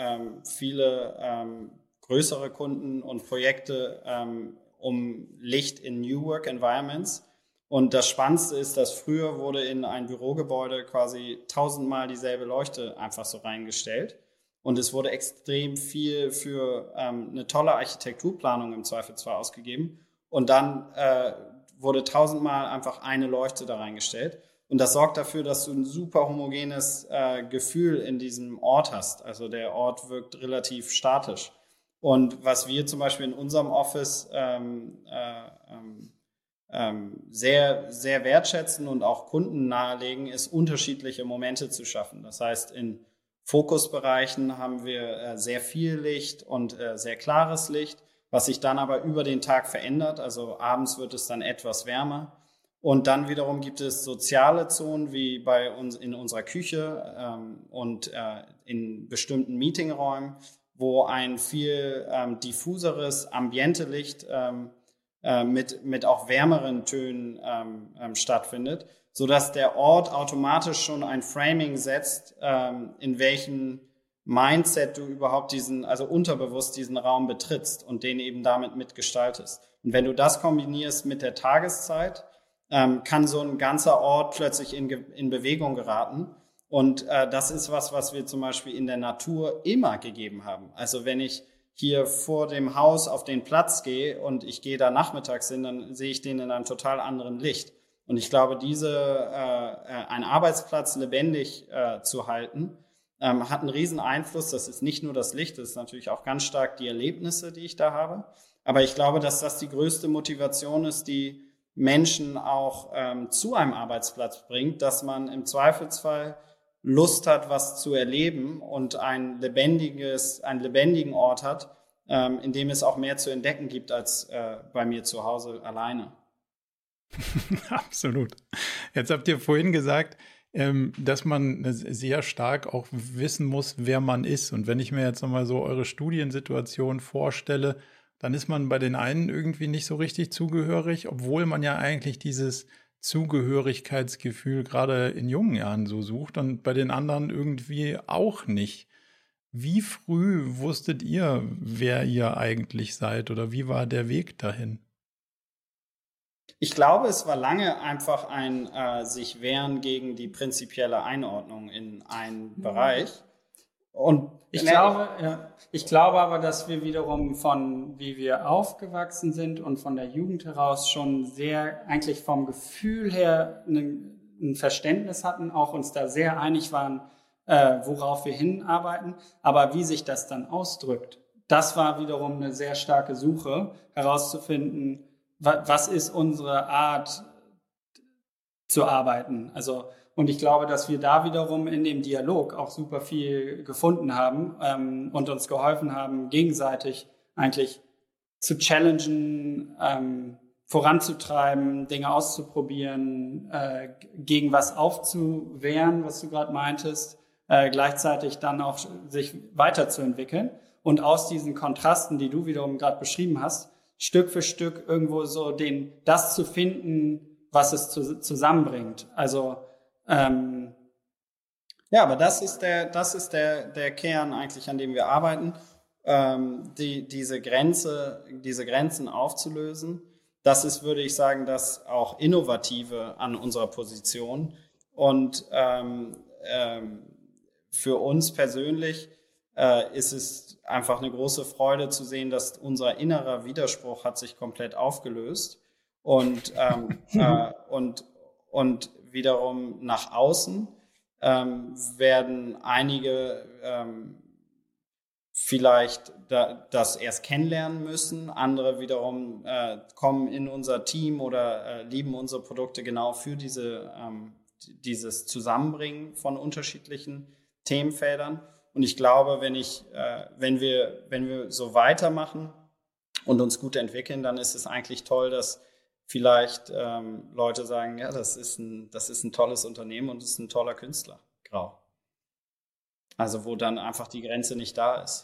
viele größere Kunden und Projekte um Licht in New Work Environments. Und das Spannendste ist, dass früher wurde in ein Bürogebäude quasi 1000-mal dieselbe Leuchte einfach so reingestellt. Und es wurde extrem viel für eine tolle Architekturplanung im Zweifelsfall ausgegeben. Und dann wurde 1000-mal einfach eine Leuchte da reingestellt. Und das sorgt dafür, dass du ein super homogenes Gefühl in diesem Ort hast. Also der Ort wirkt relativ statisch. Und was wir zum Beispiel in unserem Office sehr, sehr wertschätzen und auch Kunden nahelegen, ist, unterschiedliche Momente zu schaffen. Das heißt, in Fokusbereichen haben wir sehr viel Licht und sehr klares Licht, was sich dann aber über den Tag verändert. Also abends wird es dann etwas wärmer. Und dann wiederum gibt es soziale Zonen wie bei uns in unserer Küche und in bestimmten Meetingräumen, wo ein viel diffuseres Ambientelicht mit auch wärmeren Tönen stattfindet, sodass der Ort automatisch schon ein Framing setzt, in welchem Mindset du überhaupt also unterbewusst diesen Raum betrittst und den eben damit mitgestaltest. Und wenn du das kombinierst mit der Tageszeit, kann so ein ganzer Ort plötzlich in Bewegung geraten. Und das ist was wir zum Beispiel in der Natur immer gegeben haben. Also wenn ich hier vor dem Haus auf den Platz gehe und ich gehe da nachmittags hin, dann sehe ich den in einem total anderen Licht. Und ich glaube, einen Arbeitsplatz lebendig zu halten, hat einen riesen Einfluss. Das ist nicht nur das Licht, das ist natürlich auch ganz stark die Erlebnisse, die ich da habe. Aber ich glaube, dass das die größte Motivation ist, die Menschen auch zu einem Arbeitsplatz bringt, dass man im Zweifelsfall Lust hat, was zu erleben und einen lebendigen Ort hat, in dem es auch mehr zu entdecken gibt als bei mir zu Hause alleine. Absolut. Jetzt habt ihr vorhin gesagt, dass man sehr stark auch wissen muss, wer man ist. Und wenn ich mir jetzt nochmal so eure Studiensituation vorstelle, dann ist man bei den einen irgendwie nicht so richtig zugehörig, obwohl man ja eigentlich dieses Zugehörigkeitsgefühl gerade in jungen Jahren so sucht und bei den anderen irgendwie auch nicht. Wie früh wusstet ihr, wer ihr eigentlich seid oder wie war der Weg dahin? Ich glaube, es war lange einfach ein sich wehren gegen die prinzipielle Einordnung in einen Bereich. Und ich glaube aber, dass wir wiederum von wie wir aufgewachsen sind und von der Jugend heraus schon sehr eigentlich vom Gefühl her ein Verständnis hatten, auch uns da sehr einig waren, worauf wir hinarbeiten. Aber wie sich das dann ausdrückt, das war wiederum eine sehr starke Suche, herauszufinden, was ist unsere Art zu arbeiten. Also, und ich glaube, dass wir da wiederum in dem Dialog auch super viel gefunden haben und uns geholfen haben, gegenseitig eigentlich zu challengen, voranzutreiben, Dinge auszuprobieren, gegen was aufzuwehren, was du gerade meintest, gleichzeitig dann auch sich weiterzuentwickeln und aus diesen Kontrasten, die du wiederum gerade beschrieben hast, Stück für Stück irgendwo so das zu finden, was es zusammenbringt. Also ja, aber das ist der Kern eigentlich, an dem wir arbeiten, diese Grenzen aufzulösen. Das ist, würde ich sagen, das auch Innovative an unserer Position. Und für uns persönlich ist es einfach eine große Freude zu sehen, dass unser innerer Widerspruch hat sich komplett aufgelöst und wiederum nach außen werden einige vielleicht das erst kennenlernen müssen, andere wiederum kommen in unser Team oder lieben unsere Produkte genau für dieses Zusammenbringen von unterschiedlichen Themenfeldern. Und ich glaube, wenn wir so weitermachen und uns gut entwickeln, dann ist es eigentlich toll, dass vielleicht Leute sagen, ja, das ist ein tolles Unternehmen und es ist ein toller Künstler, Grau. Also wo dann einfach die Grenze nicht da ist.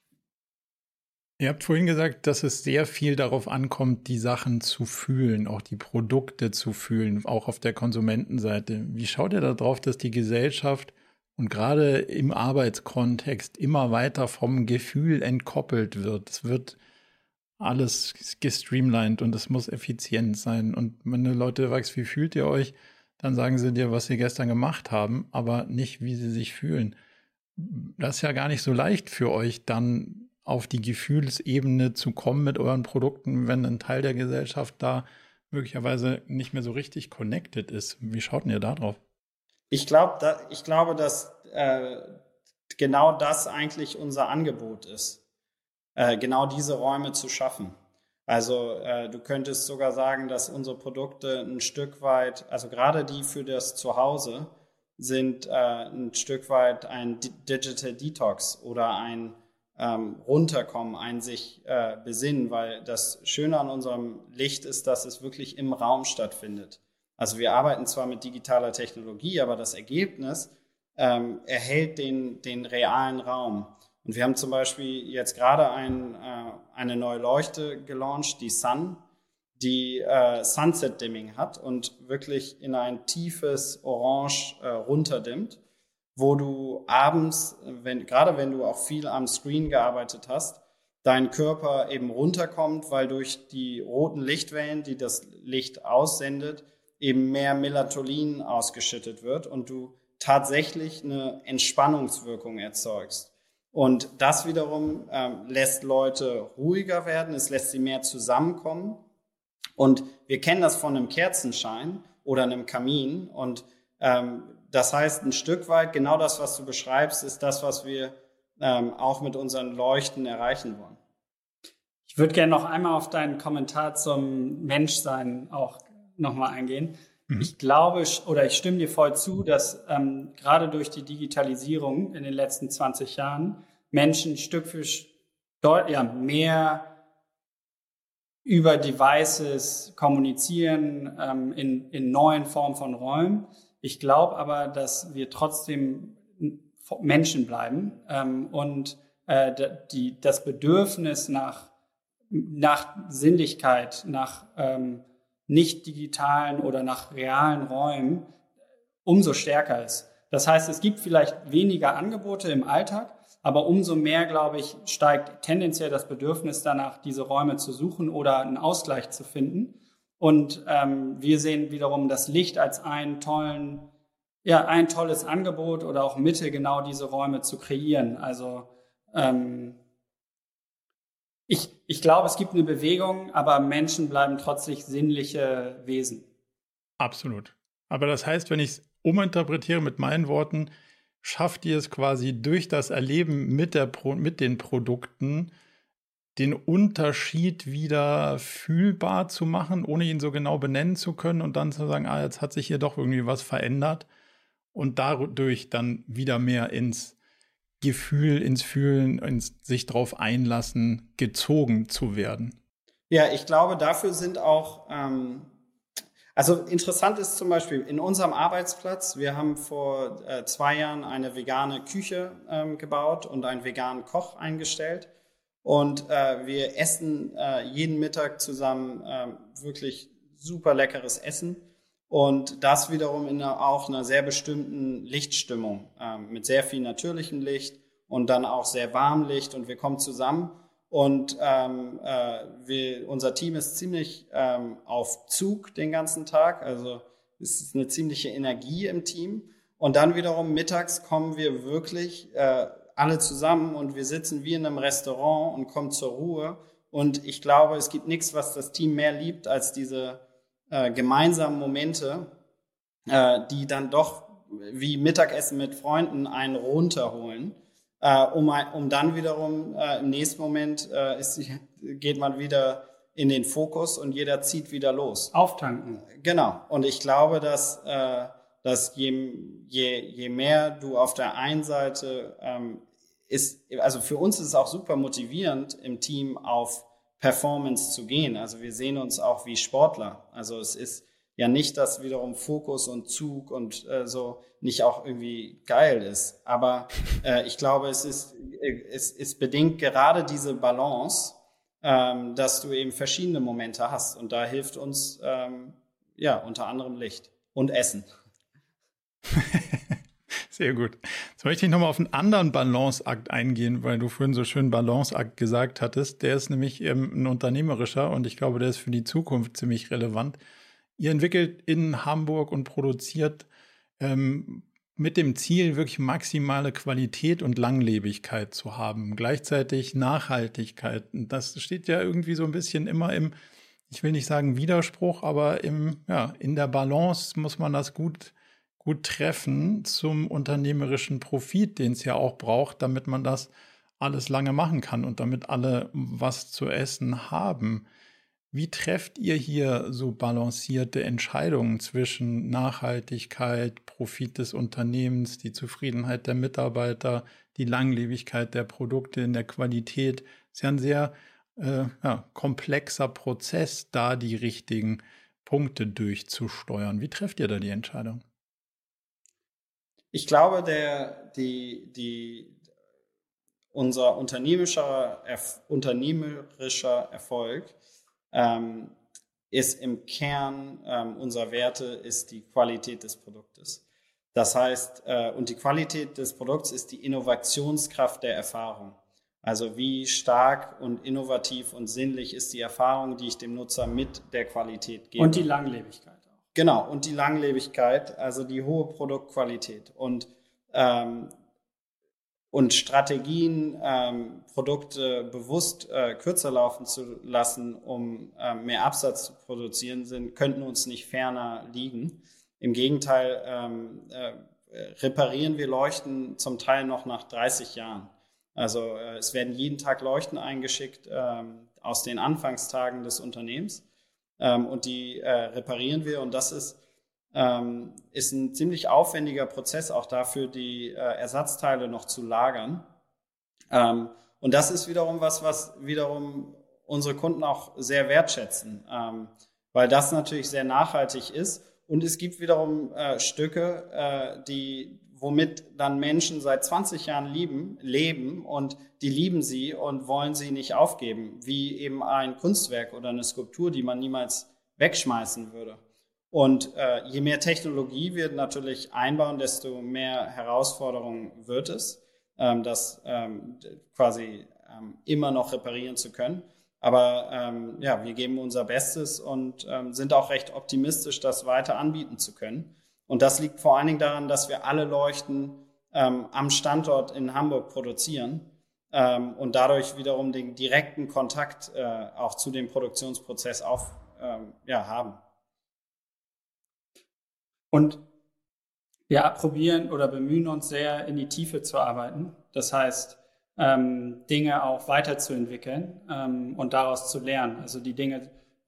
Ihr habt vorhin gesagt, dass es sehr viel darauf ankommt, die Sachen zu fühlen, auch die Produkte zu fühlen, auch auf der Konsumentenseite. Wie schaut ihr darauf, dass die Gesellschaft und gerade im Arbeitskontext immer weiter vom Gefühl entkoppelt wird? Es wird alles gestreamlined und es muss effizient sein. Und wenn du Leute fragst, wie fühlt ihr euch, dann sagen sie dir, was sie gestern gemacht haben, aber nicht, wie sie sich fühlen. Das ist ja gar nicht so leicht für euch, dann auf die Gefühlsebene zu kommen mit euren Produkten, wenn ein Teil der Gesellschaft da möglicherweise nicht mehr so richtig connected ist. Wie schaut denn ihr da drauf? Ich glaube, dass genau das eigentlich unser Angebot ist, genau diese Räume zu schaffen. Also du könntest sogar sagen, dass unsere Produkte ein Stück weit, also gerade die für das Zuhause, sind ein Stück weit ein Digital Detox oder ein Runterkommen, ein sich besinnen, weil das Schöne an unserem Licht ist, dass es wirklich im Raum stattfindet. Also wir arbeiten zwar mit digitaler Technologie, aber das Ergebnis erhält den realen Raum. Und wir haben zum Beispiel jetzt gerade eine neue Leuchte gelauncht, die Sun, die Sunset Dimming hat und wirklich in ein tiefes Orange runterdimmt, wo du abends, gerade wenn du auch viel am Screen gearbeitet hast, dein Körper eben runterkommt, weil durch die roten Lichtwellen, die das Licht aussendet, eben mehr Melatonin ausgeschüttet wird und du tatsächlich eine Entspannungswirkung erzeugst. Und das wiederum lässt Leute ruhiger werden, es lässt sie mehr zusammenkommen. Und wir kennen das von einem Kerzenschein oder einem Kamin. Und das heißt, ein Stück weit, genau das, was du beschreibst, ist das, was wir auch mit unseren Leuchten erreichen wollen. Ich würde gerne noch einmal auf deinen Kommentar zum Menschsein auch nochmal eingehen. Ich glaube, oder ich stimme dir voll zu, dass gerade durch die Digitalisierung in den letzten 20 Jahren Menschen Stück für Stück mehr über Devices kommunizieren in neuen Formen von Räumen. Ich glaube aber, dass wir trotzdem Menschen bleiben und das Bedürfnis nach Sinnlichkeit, nach nicht digitalen oder nach realen Räumen umso stärker ist. Das heißt, es gibt vielleicht weniger Angebote im Alltag, Aber umso mehr, glaube ich, steigt tendenziell das Bedürfnis danach, diese Räume zu suchen oder einen Ausgleich zu finden. Und wir sehen wiederum das Licht als ein tolles Angebot oder auch Mittel, genau diese Räume zu kreieren. Also ich glaube, es gibt eine Bewegung, aber Menschen bleiben trotzdem sinnliche Wesen. Absolut. Aber das heißt, wenn ich es uminterpretiere mit meinen Worten, schafft ihr es quasi durch das Erleben mit den Produkten, den Unterschied wieder fühlbar zu machen, ohne ihn so genau benennen zu können und dann zu sagen, jetzt hat sich hier doch irgendwie was verändert und dadurch dann wieder mehr ins Gefühl, ins Fühlen, ins sich drauf einlassen, gezogen zu werden. Ja, ich glaube, dafür sind auch, also interessant ist zum Beispiel in unserem Arbeitsplatz, wir haben vor 2 Jahren eine vegane Küche gebaut und einen veganen Koch eingestellt. Und wir essen jeden Mittag zusammen wirklich super leckeres Essen. Und das wiederum in auch einer sehr bestimmten Lichtstimmung, mit sehr viel natürlichem Licht und dann auch sehr warmem Licht. Und wir kommen zusammen und unser Team ist ziemlich auf Zug den ganzen Tag. Also es ist eine ziemliche Energie im Team. Und dann wiederum mittags kommen wir wirklich alle zusammen und wir sitzen wie in einem Restaurant und kommen zur Ruhe. Und ich glaube, es gibt nichts, was das Team mehr liebt, als diese gemeinsamen Momente, die dann doch wie Mittagessen mit Freunden einen runterholen, um dann wiederum im nächsten Moment geht man wieder in den Fokus und jeder zieht wieder los. Auftanken. Genau. Und ich glaube, dass je mehr du auf der einen Seite also für uns ist es auch super motivierend, im Team auf Performance zu gehen. Also wir sehen uns auch wie Sportler. Also es ist ja nicht, dass wiederum Fokus und Zug und so nicht auch irgendwie geil ist. Aber ich glaube, es ist bedingt gerade diese Balance, dass du eben verschiedene Momente hast. Und da hilft uns unter anderem Licht und Essen. Sehr gut. Jetzt möchte ich nochmal auf einen anderen Balanceakt eingehen, weil du vorhin so schön Balanceakt gesagt hattest. Der ist nämlich ein unternehmerischer und ich glaube, der ist für die Zukunft ziemlich relevant. Ihr entwickelt in Hamburg und produziert mit dem Ziel, wirklich maximale Qualität und Langlebigkeit zu haben. Gleichzeitig Nachhaltigkeit. Das steht ja irgendwie so ein bisschen immer ich will nicht sagen Widerspruch, aber in der Balance muss man das gut treffen zum unternehmerischen Profit, den es ja auch braucht, damit man das alles lange machen kann und damit alle was zu essen haben. Wie trefft ihr hier so balancierte Entscheidungen zwischen Nachhaltigkeit, Profit des Unternehmens, die Zufriedenheit der Mitarbeiter, die Langlebigkeit der Produkte in der Qualität? Es ist ja ein sehr komplexer Prozess, da die richtigen Punkte durchzusteuern. Wie trefft ihr da die Entscheidung? Ich glaube, unser unternehmerischer Erfolg ist im Kern unserer Werte ist die Qualität des Produktes. Das heißt, und die Qualität des Produkts ist die Innovationskraft der Erfahrung. Also wie stark und innovativ und sinnlich ist die Erfahrung, die ich dem Nutzer mit der Qualität gebe. Und die Langlebigkeit auch. Genau, und die Langlebigkeit, also die hohe Produktqualität und Strategien, Produkte bewusst kürzer laufen zu lassen, um mehr Absatz zu produzieren, könnten uns nicht ferner liegen. Im Gegenteil, reparieren wir Leuchten zum Teil noch nach 30 Jahren. Also es werden jeden Tag Leuchten eingeschickt aus den Anfangstagen des Unternehmens und die reparieren wir und das ist ein ziemlich aufwendiger Prozess auch dafür, die Ersatzteile noch zu lagern. Und das ist wiederum was wiederum unsere Kunden auch sehr wertschätzen, weil das natürlich sehr nachhaltig ist. Und es gibt wiederum Stücke, womit dann Menschen seit 20 Jahren leben und die lieben sie und wollen sie nicht aufgeben, wie eben ein Kunstwerk oder eine Skulptur, die man niemals wegschmeißen würde. Und je mehr Technologie wir natürlich einbauen, desto mehr Herausforderungen wird es. das quasi immer noch reparieren zu können. Aber wir geben unser Bestes und sind auch recht optimistisch, das weiter anbieten zu können. Und das liegt vor allen Dingen daran, dass wir alle Leuchten am Standort in Hamburg produzieren und dadurch wiederum den direkten Kontakt auch zu dem Produktionsprozess haben. Und wir probieren oder bemühen uns sehr, in die Tiefe zu arbeiten. Das heißt, Dinge auch weiterzuentwickeln und daraus zu lernen. Also die Dinge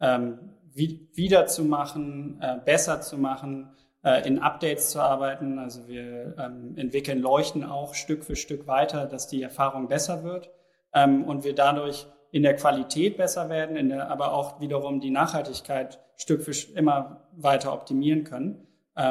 wieder zu machen, besser zu machen, in Updates zu arbeiten. Also wir entwickeln Leuchten auch Stück für Stück weiter, dass die Erfahrung besser wird und wir dadurch in der Qualität besser werden, aber auch wiederum die Nachhaltigkeit Stück für Stück immer weiter optimieren können.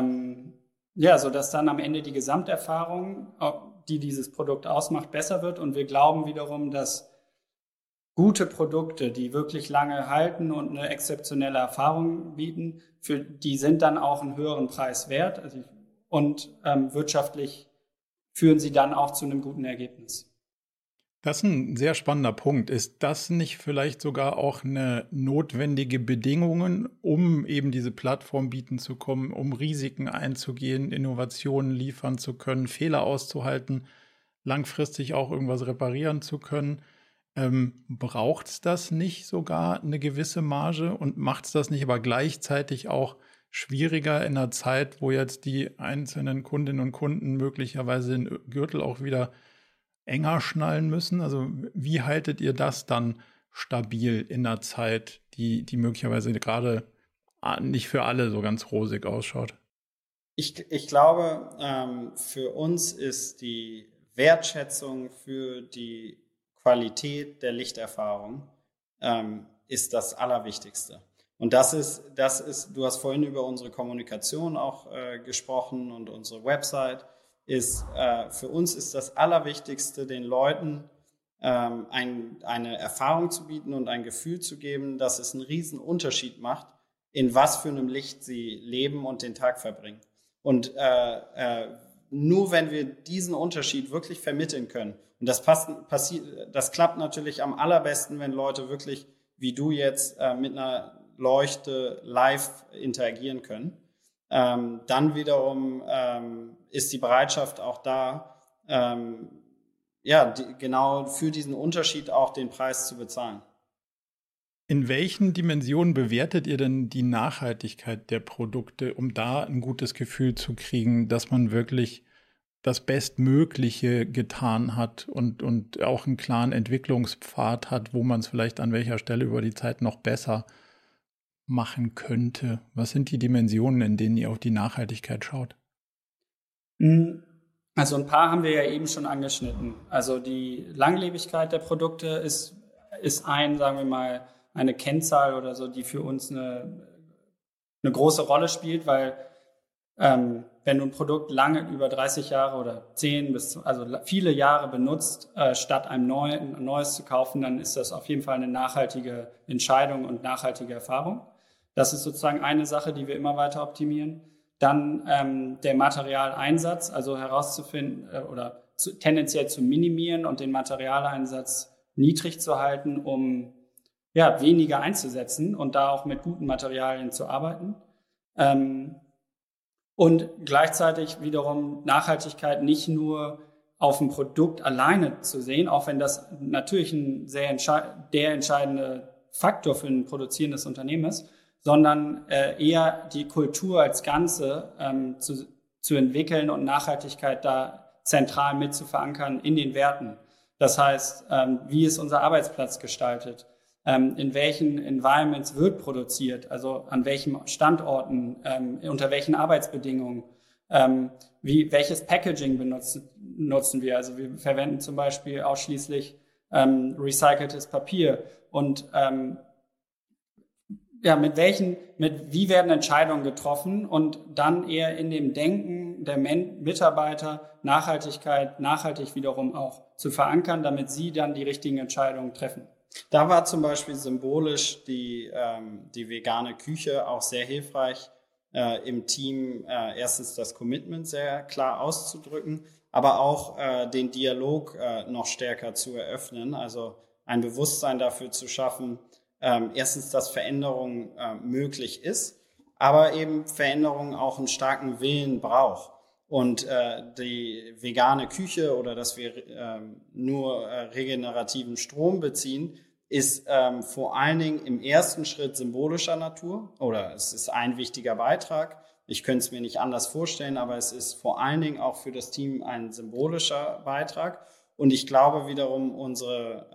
Sodass dann am Ende die Gesamterfahrung, die dieses Produkt ausmacht, besser wird. Und wir glauben wiederum, dass gute Produkte, die wirklich lange halten und eine exzeptionelle Erfahrung bieten, die sind dann auch einen höheren Preis wert. Und wirtschaftlich führen sie dann auch zu einem guten Ergebnis. Das ist ein sehr spannender Punkt. Ist das nicht vielleicht sogar auch eine notwendige Bedingung, um eben diese Plattform bieten zu können, um Risiken einzugehen, Innovationen liefern zu können, Fehler auszuhalten, langfristig auch irgendwas reparieren zu können? Braucht es das nicht sogar eine gewisse Marge und macht es das nicht aber gleichzeitig auch schwieriger in einer Zeit, wo jetzt die einzelnen Kundinnen und Kunden möglicherweise den Gürtel auch wieder enger schnallen müssen? Also wie haltet ihr das dann stabil in einer Zeit, die möglicherweise gerade nicht für alle so ganz rosig ausschaut? Ich glaube, für uns ist die Wertschätzung für die Qualität der Lichterfahrung ist das Allerwichtigste. Und das ist, du hast vorhin über unsere Kommunikation auch gesprochen und unsere Website. Für uns ist das Allerwichtigste, den Leuten eine Erfahrung zu bieten und ein Gefühl zu geben, dass es einen riesen Unterschied macht, in was für einem Licht sie leben und den Tag verbringen. Und nur wenn wir diesen Unterschied wirklich vermitteln können, und das klappt natürlich am allerbesten, wenn Leute wirklich, wie du jetzt, mit einer Leuchte live interagieren können, dann wiederum ist die Bereitschaft auch da, genau für diesen Unterschied auch den Preis zu bezahlen. In welchen Dimensionen bewertet ihr denn die Nachhaltigkeit der Produkte, um da ein gutes Gefühl zu kriegen, dass man wirklich das Bestmögliche getan hat und auch einen klaren Entwicklungspfad hat, wo man es vielleicht an welcher Stelle über die Zeit noch besser machen könnte? Was sind die Dimensionen, in denen ihr auf die Nachhaltigkeit schaut? Also ein paar haben wir ja eben schon angeschnitten. Also die Langlebigkeit der Produkte ist sagen wir mal, eine Kennzahl oder so, die für uns eine große Rolle spielt, weil wenn du ein Produkt lange über 30 Jahre oder 10 also viele Jahre benutzt, statt ein neues zu kaufen, dann ist das auf jeden Fall eine nachhaltige Entscheidung und nachhaltige Erfahrung. Das ist sozusagen eine Sache, die wir immer weiter optimieren. Dann der Materialeinsatz, also herauszufinden oder tendenziell zu minimieren und den Materialeinsatz niedrig zu halten, um weniger einzusetzen und da auch mit guten Materialien zu arbeiten. Und gleichzeitig wiederum Nachhaltigkeit nicht nur auf ein Produkt alleine zu sehen, auch wenn das natürlich ein der entscheidende Faktor für ein produzierendes Unternehmen ist, sondern eher die Kultur als Ganze zu entwickeln und Nachhaltigkeit da zentral mit zu verankern in den Werten. Das heißt, wie ist unser Arbeitsplatz gestaltet? In welchen Environments wird produziert, also an welchen Standorten, unter welchen Arbeitsbedingungen, welches Packaging nutzen wir. Also wir verwenden zum Beispiel ausschließlich recyceltes Papier und wie werden Entscheidungen getroffen und dann eher in dem Denken der Mitarbeiter nachhaltig wiederum auch zu verankern, damit sie dann die richtigen Entscheidungen treffen. Da war zum Beispiel symbolisch die vegane Küche auch sehr hilfreich, im Team erstens das Commitment sehr klar auszudrücken, aber auch den Dialog noch stärker zu eröffnen, also ein Bewusstsein dafür zu schaffen, erstens, dass Veränderung möglich ist, aber eben Veränderung auch einen starken Willen braucht. Und die vegane Küche oder dass wir nur regenerativen Strom beziehen, ist vor allen Dingen im ersten Schritt symbolischer Natur oder es ist ein wichtiger Beitrag. Ich könnte es mir nicht anders vorstellen, aber es ist vor allen Dingen auch für das Team ein symbolischer Beitrag. Und ich glaube wiederum, unsere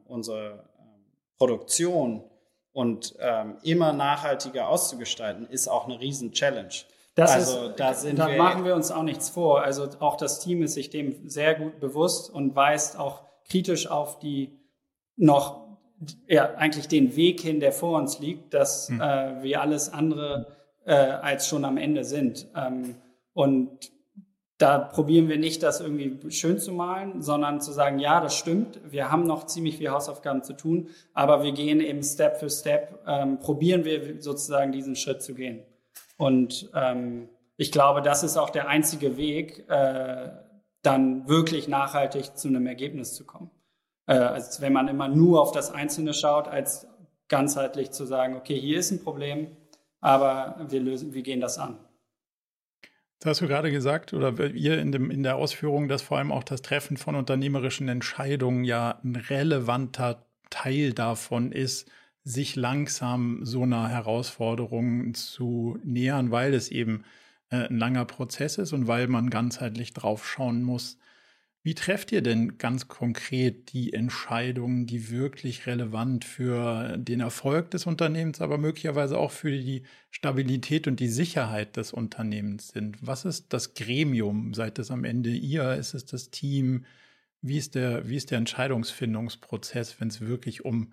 Produktion und immer nachhaltiger auszugestalten, ist auch eine Riesen-Challenge. Da machen wir uns auch nichts vor. Also auch das Team ist sich dem sehr gut bewusst und weist auch kritisch auf die eigentlich den Weg hin, der vor uns liegt, dass wir alles andere als schon am Ende sind. Und da probieren wir nicht, das irgendwie schön zu malen, sondern zu sagen, ja, das stimmt, wir haben noch ziemlich viel Hausaufgaben zu tun, aber wir gehen eben Step für Step, probieren wir sozusagen diesen Schritt zu gehen. Und ich glaube, das ist auch der einzige Weg, dann wirklich nachhaltig zu einem Ergebnis zu kommen. Als wenn man immer nur auf das Einzelne schaut, als ganzheitlich zu sagen, okay, hier ist ein Problem, aber wir gehen das an. Das hast du gerade gesagt, oder ihr in der Ausführung, dass vor allem auch das Treffen von unternehmerischen Entscheidungen ja ein relevanter Teil davon ist, sich langsam so einer Herausforderung zu nähern, weil es eben ein langer Prozess ist und weil man ganzheitlich drauf schauen muss. Wie trefft ihr denn ganz konkret die Entscheidungen, die wirklich relevant für den Erfolg des Unternehmens, aber möglicherweise auch für die Stabilität und die Sicherheit des Unternehmens sind? Was ist das Gremium? Seid es am Ende ihr? Ist es das Team? Wie ist der Entscheidungsfindungsprozess, wenn es wirklich um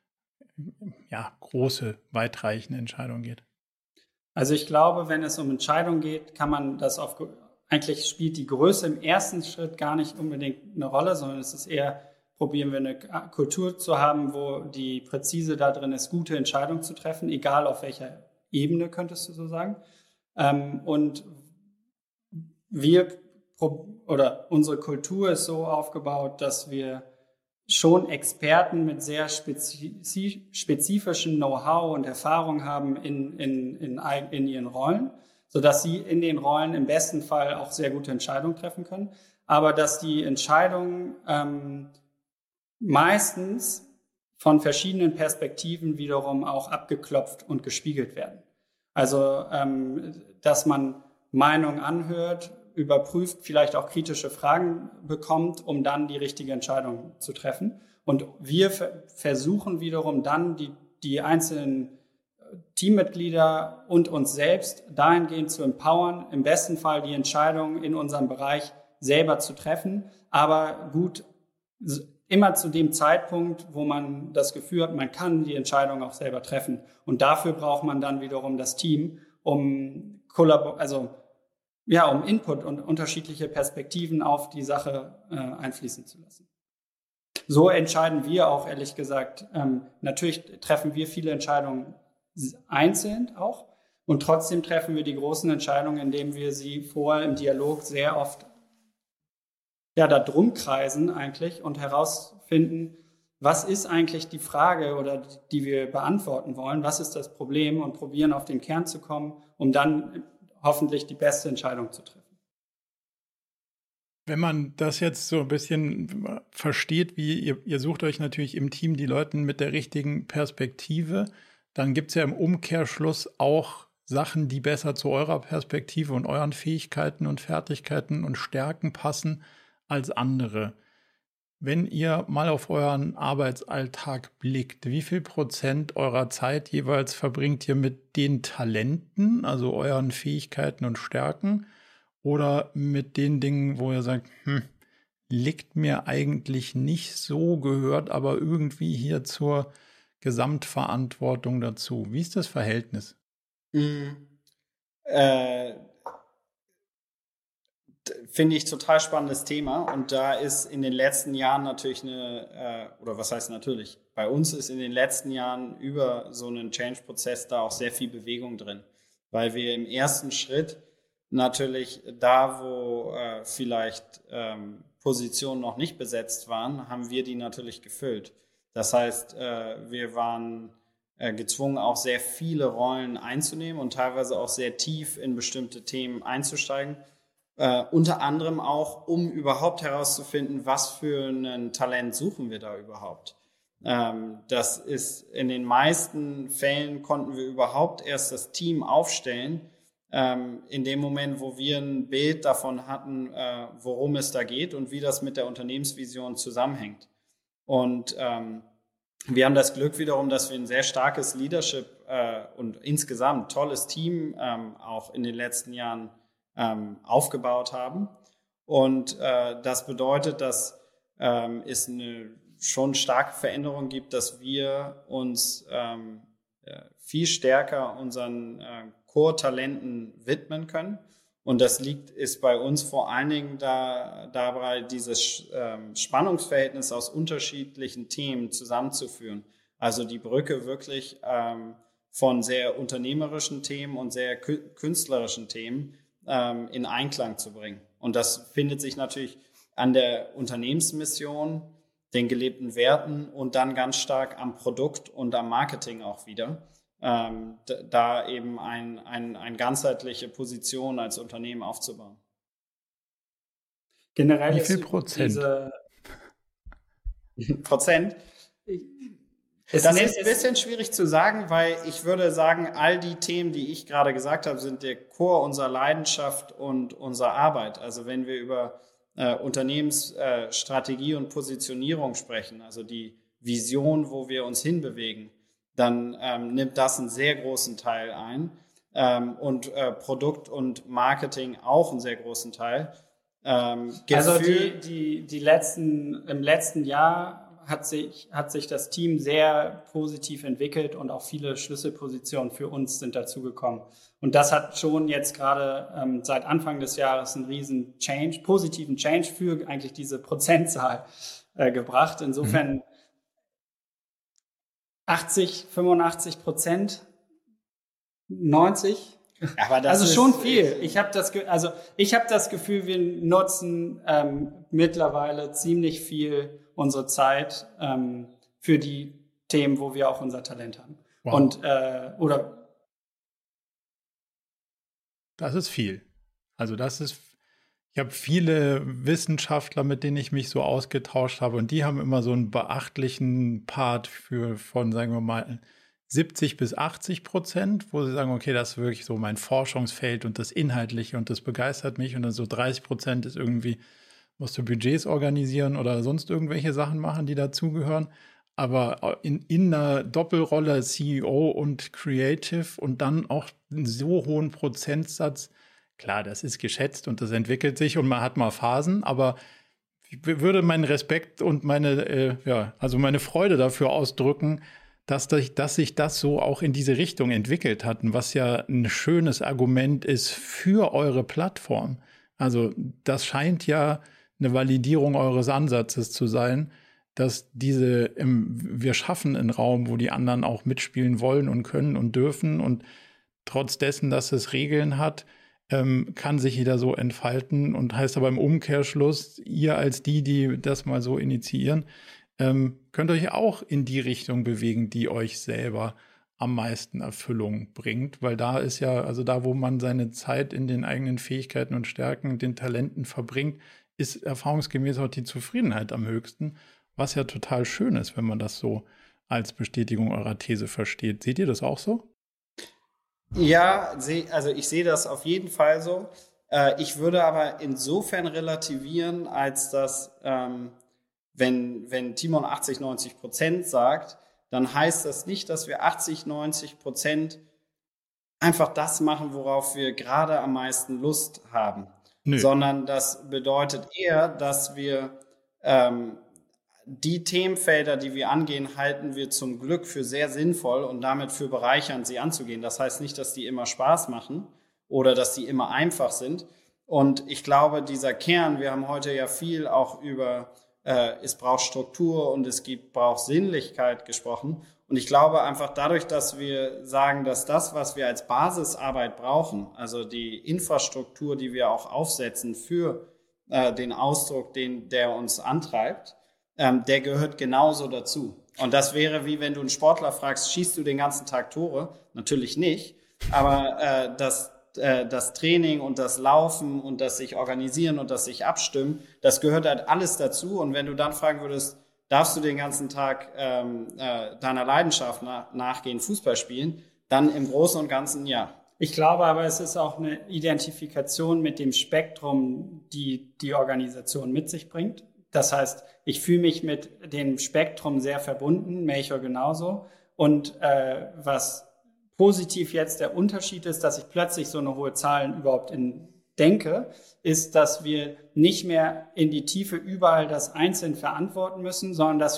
große, weitreichende Entscheidungen geht? Also ich glaube, wenn es um Entscheidungen geht, kann man das eigentlich spielt die Größe im ersten Schritt gar nicht unbedingt eine Rolle, sondern es ist eher, probieren wir eine Kultur zu haben, wo die Präzise da drin ist, gute Entscheidungen zu treffen, egal auf welcher Ebene, könntest du so sagen. Und unsere Kultur ist so aufgebaut, dass wir schon Experten mit sehr spezifischen Know-how und Erfahrung haben in ihren Rollen, sodass sie in den Rollen im besten Fall auch sehr gute Entscheidungen treffen können, aber dass die Entscheidungen meistens von verschiedenen Perspektiven wiederum auch abgeklopft und gespiegelt werden. Also, dass man Meinungen anhört, überprüft, vielleicht auch kritische Fragen bekommt, um dann die richtige Entscheidung zu treffen. Und wir versuchen wiederum dann die einzelnen Teammitglieder und uns selbst dahingehend zu empowern, im besten Fall die Entscheidung in unserem Bereich selber zu treffen, aber gut, immer zu dem Zeitpunkt, wo man das Gefühl hat, man kann die Entscheidung auch selber treffen. Und dafür braucht man dann wiederum das Team, um Input und unterschiedliche Perspektiven auf die Sache einfließen zu lassen. So entscheiden wir auch, ehrlich gesagt, natürlich treffen wir viele Entscheidungen einzeln auch und trotzdem treffen wir die großen Entscheidungen, indem wir sie vorher im Dialog sehr oft da drum kreisen eigentlich und herausfinden, was ist eigentlich die Frage oder die wir beantworten wollen, was ist das Problem und probieren auf den Kern zu kommen, um dann hoffentlich die beste Entscheidung zu treffen. Wenn man das jetzt so ein bisschen versteht, wie ihr sucht euch natürlich im Team die Leute mit der richtigen Perspektive, dann gibt es ja im Umkehrschluss auch Sachen, die besser zu eurer Perspektive und euren Fähigkeiten und Fertigkeiten und Stärken passen als andere. Wenn ihr mal auf euren Arbeitsalltag blickt, wie viel % eurer Zeit jeweils verbringt ihr mit den Talenten, also euren Fähigkeiten und Stärken, oder mit den Dingen, wo ihr sagt, liegt mir eigentlich nicht so, gehört aber irgendwie hier zur Gesamtverantwortung dazu? Wie ist das Verhältnis? Finde ich total spannendes Thema und da ist in den letzten Jahren natürlich bei uns ist in den letzten Jahren über so einen Change-Prozess da auch sehr viel Bewegung drin. weil wir im ersten Schritt natürlich da, wo vielleicht Positionen noch nicht besetzt waren, haben wir die natürlich gefüllt. Das heißt, wir waren gezwungen, auch sehr viele Rollen einzunehmen und teilweise auch sehr tief in bestimmte Themen einzusteigen. Unter anderem auch, um überhaupt herauszufinden, was für ein Talent suchen wir da überhaupt. Das ist in den meisten Fällen konnten wir überhaupt erst das Team aufstellen, in dem Moment, wo wir ein Bild davon hatten, worum es da geht und wie das mit der Unternehmensvision zusammenhängt. Und wir haben das Glück wiederum, dass wir ein sehr starkes Leadership und insgesamt tolles Team auch in den letzten Jahren aufgebaut haben. Und das bedeutet, dass es eine schon starke Veränderung gibt, dass wir uns viel stärker unseren Core-Talenten widmen können. Und das ist bei uns vor allen Dingen dabei, dieses Spannungsverhältnis aus unterschiedlichen Themen zusammenzuführen. Also die Brücke wirklich von sehr unternehmerischen Themen und sehr künstlerischen Themen in Einklang zu bringen. Und das findet sich natürlich an der Unternehmensmission, den gelebten Werten und dann ganz stark am Produkt und am Marketing auch wieder. Da eben eine ganzheitliche Position als Unternehmen aufzubauen. Generell wie viel Prozent? Prozent? Das ist ein bisschen schwierig zu sagen, weil ich würde sagen, all die Themen, die ich gerade gesagt habe, sind der Core unserer Leidenschaft und unserer Arbeit. Also wenn wir über Unternehmensstrategie und Positionierung sprechen, also die Vision, wo wir uns hinbewegen, dann nimmt das einen sehr großen Teil ein und Produkt und Marketing auch einen sehr großen Teil. Also im letzten Jahr hat sich das Team sehr positiv entwickelt und auch viele Schlüsselpositionen für uns sind dazugekommen. Und das hat schon jetzt gerade seit Anfang des Jahres einen riesen positiven Change für eigentlich diese Prozentzahl gebracht. Insofern 85%, 90%. Aber das ist schon viel. Ich habe das Gefühl, wir nutzen mittlerweile ziemlich viel unsere Zeit für die Themen, wo wir auch unser Talent haben. Wow. Und das ist viel. Also ich habe viele Wissenschaftler, mit denen ich mich so ausgetauscht habe, und die haben immer so einen beachtlichen Part von, sagen wir mal, 70-80%, wo sie sagen, okay, das ist wirklich so mein Forschungsfeld und das Inhaltliche und das begeistert mich. Und dann so 30% ist irgendwie, musst du Budgets organisieren oder sonst irgendwelche Sachen machen, die dazugehören. Aber in einer Doppelrolle CEO und Creative und dann auch einen so hohen Prozentsatz, klar, das ist geschätzt und das entwickelt sich und man hat mal Phasen, aber ich würde meinen Respekt und meine Freude dafür ausdrücken, dass sich das so auch in diese Richtung entwickelt hat, was ja ein schönes Argument ist für eure Plattform. Also das scheint ja eine Validierung eures Ansatzes zu sein, dass wir schaffen einen Raum, wo die anderen auch mitspielen wollen und können und dürfen, und trotz dessen, dass es Regeln hat, kann sich jeder so entfalten, und heißt aber im Umkehrschluss, ihr als die das mal so initiieren, könnt euch auch in die Richtung bewegen, die euch selber am meisten Erfüllung bringt, weil da ist ja, also da, wo man seine Zeit in den eigenen Fähigkeiten und Stärken, den Talenten verbringt, ist erfahrungsgemäß auch die Zufriedenheit am höchsten, was ja total schön ist, wenn man das so als Bestätigung eurer These versteht. Seht ihr das auch so? Ja, also ich sehe das auf jeden Fall so. Ich würde aber insofern relativieren, als dass wenn Timon 80-90% sagt, dann heißt das nicht, dass wir 80-90% einfach das machen, worauf wir gerade am meisten Lust haben. Nö. Sondern das bedeutet eher, dass wir die Themenfelder, die wir angehen, halten wir zum Glück für sehr sinnvoll und damit für bereichernd, sie anzugehen. Das heißt nicht, dass die immer Spaß machen oder dass die immer einfach sind. Und ich glaube, dieser Kern, wir haben heute ja viel auch über es braucht Struktur und braucht Sinnlichkeit gesprochen. Und ich glaube einfach dadurch, dass wir sagen, dass das, was wir als Basisarbeit brauchen, also die Infrastruktur, die wir auch aufsetzen für den Ausdruck, der uns antreibt, der gehört genauso dazu. Und das wäre wie wenn du einen Sportler fragst, schießt du den ganzen Tag Tore? Natürlich nicht, aber das Training und das Laufen und das sich organisieren und das sich abstimmen, das gehört halt alles dazu. Und wenn du dann fragen würdest, darfst du den ganzen Tag deiner Leidenschaft nachgehen, Fußball spielen, dann im Großen und Ganzen ja. Ich glaube aber, es ist auch eine Identifikation mit dem Spektrum, die die Organisation mit sich bringt. Das heißt, ich fühle mich mit dem Spektrum sehr verbunden, Melchior genauso. Und was positiv jetzt der Unterschied ist, dass ich plötzlich so eine hohe Zahl überhaupt denke, ist, dass wir nicht mehr in die Tiefe überall das einzeln verantworten müssen, sondern dass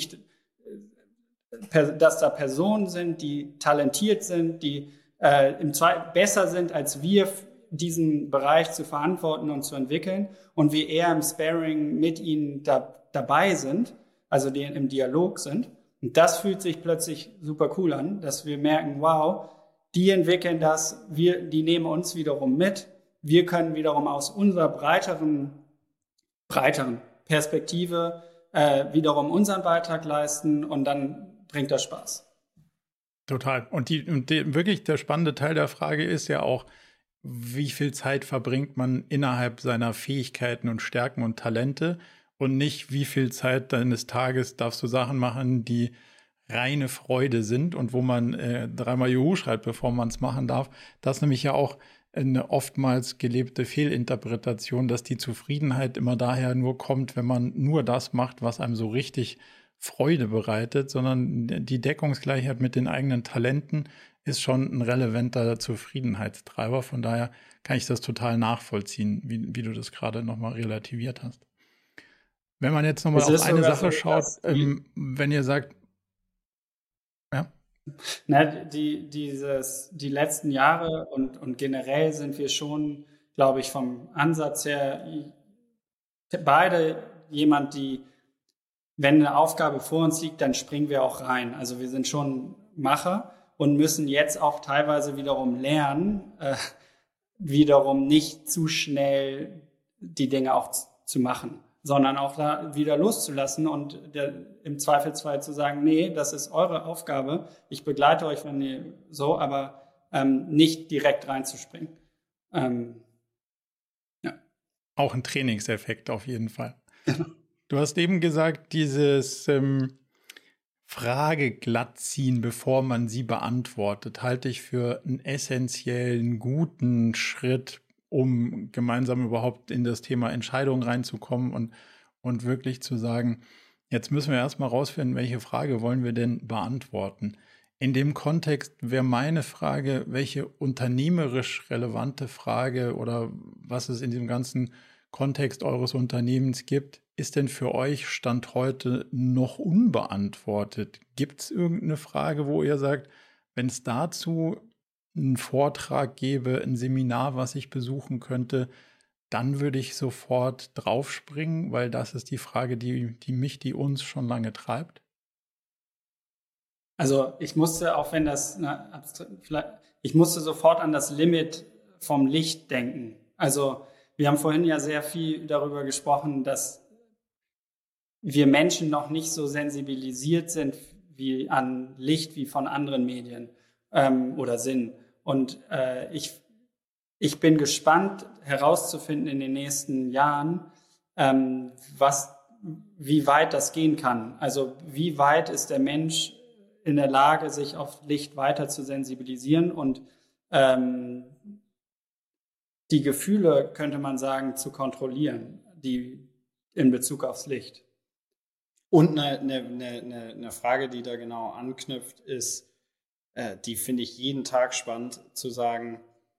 da Personen sind, die talentiert sind, die besser sind als wir, diesen Bereich zu verantworten und zu entwickeln und wir eher im Sparring mit ihnen dabei sind, also die im Dialog sind. Und das fühlt sich plötzlich super cool an, dass wir merken, wow, die entwickeln das, die nehmen uns wiederum mit. Wir können wiederum aus unserer breiteren Perspektive wiederum unseren Beitrag leisten und dann bringt das Spaß. Total. Und wirklich der spannende Teil der Frage ist ja auch, wie viel Zeit verbringt man innerhalb seiner Fähigkeiten und Stärken und Talente und nicht, wie viel Zeit deines Tages darfst du Sachen machen, die reine Freude sind und wo man dreimal Juhu schreibt, bevor man es machen darf. Das ist nämlich ja auch eine oftmals gelebte Fehlinterpretation, dass die Zufriedenheit immer daher nur kommt, wenn man nur das macht, was einem so richtig Freude bereitet, sondern die Deckungsgleichheit mit den eigenen Talenten ist schon ein relevanter Zufriedenheitstreiber. Von daher kann ich das total nachvollziehen, wie du das gerade nochmal relativiert hast. Wenn man jetzt nochmal auf eine Sache schaut, wenn ihr sagt, ja. Na, die letzten Jahre und generell sind wir schon, glaube ich, vom Ansatz her beide jemand, wenn eine Aufgabe vor uns liegt, dann springen wir auch rein. Also wir sind schon Macher und müssen jetzt auch teilweise wiederum lernen, wiederum nicht zu schnell die Dinge auch zu machen, sondern auch da wieder loszulassen und im Zweifelsfall zu sagen, nee, das ist eure Aufgabe, ich begleite euch, wenn ihr so, aber nicht direkt reinzuspringen. Ja. Auch ein Trainingseffekt auf jeden Fall. Du hast eben gesagt, dieses Frage glatt ziehen, bevor man sie beantwortet, halte ich für einen essentiellen, guten Schritt, um gemeinsam überhaupt in das Thema Entscheidung reinzukommen und wirklich zu sagen, jetzt müssen wir erstmal rausfinden, welche Frage wollen wir denn beantworten. In dem Kontext wäre meine Frage, welche unternehmerisch relevante Frage oder was es in dem ganzen Kontext eures Unternehmens gibt, ist denn für euch Stand heute noch unbeantwortet? Gibt es irgendeine Frage, wo ihr sagt, wenn es dazu einen Vortrag gäbe, ein Seminar, was ich besuchen könnte, dann würde ich sofort draufspringen, weil das ist die Frage, die uns schon lange treibt? Also ich musste, auch wenn das, ich musste sofort an das Limit vom Licht denken. Also wir haben vorhin ja sehr viel darüber gesprochen, dass wir Menschen noch nicht so sensibilisiert sind wie an Licht wie von anderen Medien oder Sinn. Und ich bin gespannt herauszufinden in den nächsten Jahren, wie weit das gehen kann. Also wie weit ist der Mensch in der Lage, sich auf Licht weiter zu sensibilisieren und die Gefühle, könnte man sagen, zu kontrollieren, die in Bezug aufs Licht. Und eine Frage, die da genau anknüpft, ist, die finde ich jeden Tag spannend, zu sagen,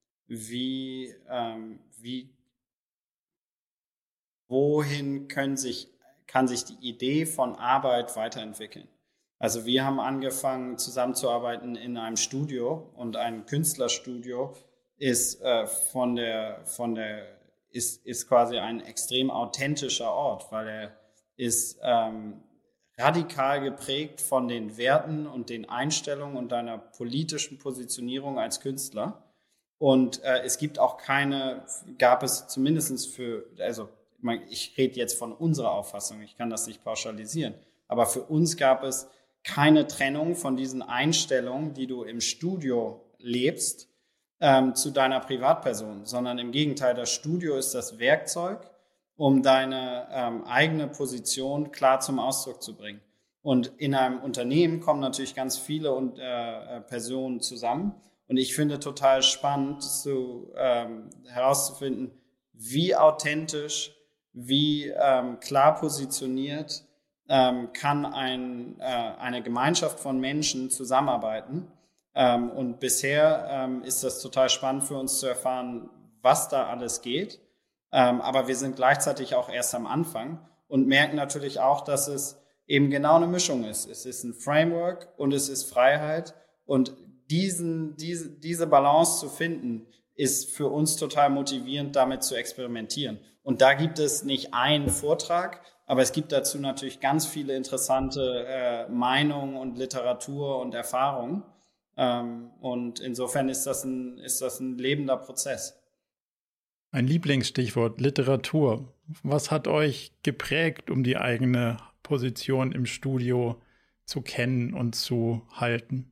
wohin kann sich die Idee von Arbeit weiterentwickeln? Also wir haben angefangen zusammenzuarbeiten in einem Studio und ein Künstlerstudio ist ist quasi ein extrem authentischer Ort, weil ist radikal geprägt von den Werten und den Einstellungen und deiner politischen Positionierung als Künstler. Und es gibt auch gab es zumindest ich rede jetzt von unserer Auffassung, ich kann das nicht pauschalisieren, aber für uns gab es keine Trennung von diesen Einstellungen, die du im Studio lebst, zu deiner Privatperson, sondern im Gegenteil, das Studio ist das Werkzeug, um deine eigene Position klar zum Ausdruck zu bringen. Und in einem Unternehmen kommen natürlich ganz viele Personen zusammen. Und ich finde total spannend, herauszufinden, wie authentisch, wie klar positioniert kann eine Gemeinschaft von Menschen zusammenarbeiten. Und bisher ist das total spannend für uns zu erfahren, was da alles geht. Aber wir sind gleichzeitig auch erst am Anfang und merken natürlich auch, dass es eben genau eine Mischung ist. Es ist ein Framework und es ist Freiheit. Und diese Balance zu finden, ist für uns total motivierend, damit zu experimentieren. Und da gibt es nicht einen Vortrag, aber es gibt dazu natürlich ganz viele interessante Meinungen und Literatur und Erfahrungen. Und insofern ist das ein lebender Prozess. Mein Lieblingsstichwort, Literatur. Was hat euch geprägt, um die eigene Position im Studio zu kennen und zu halten?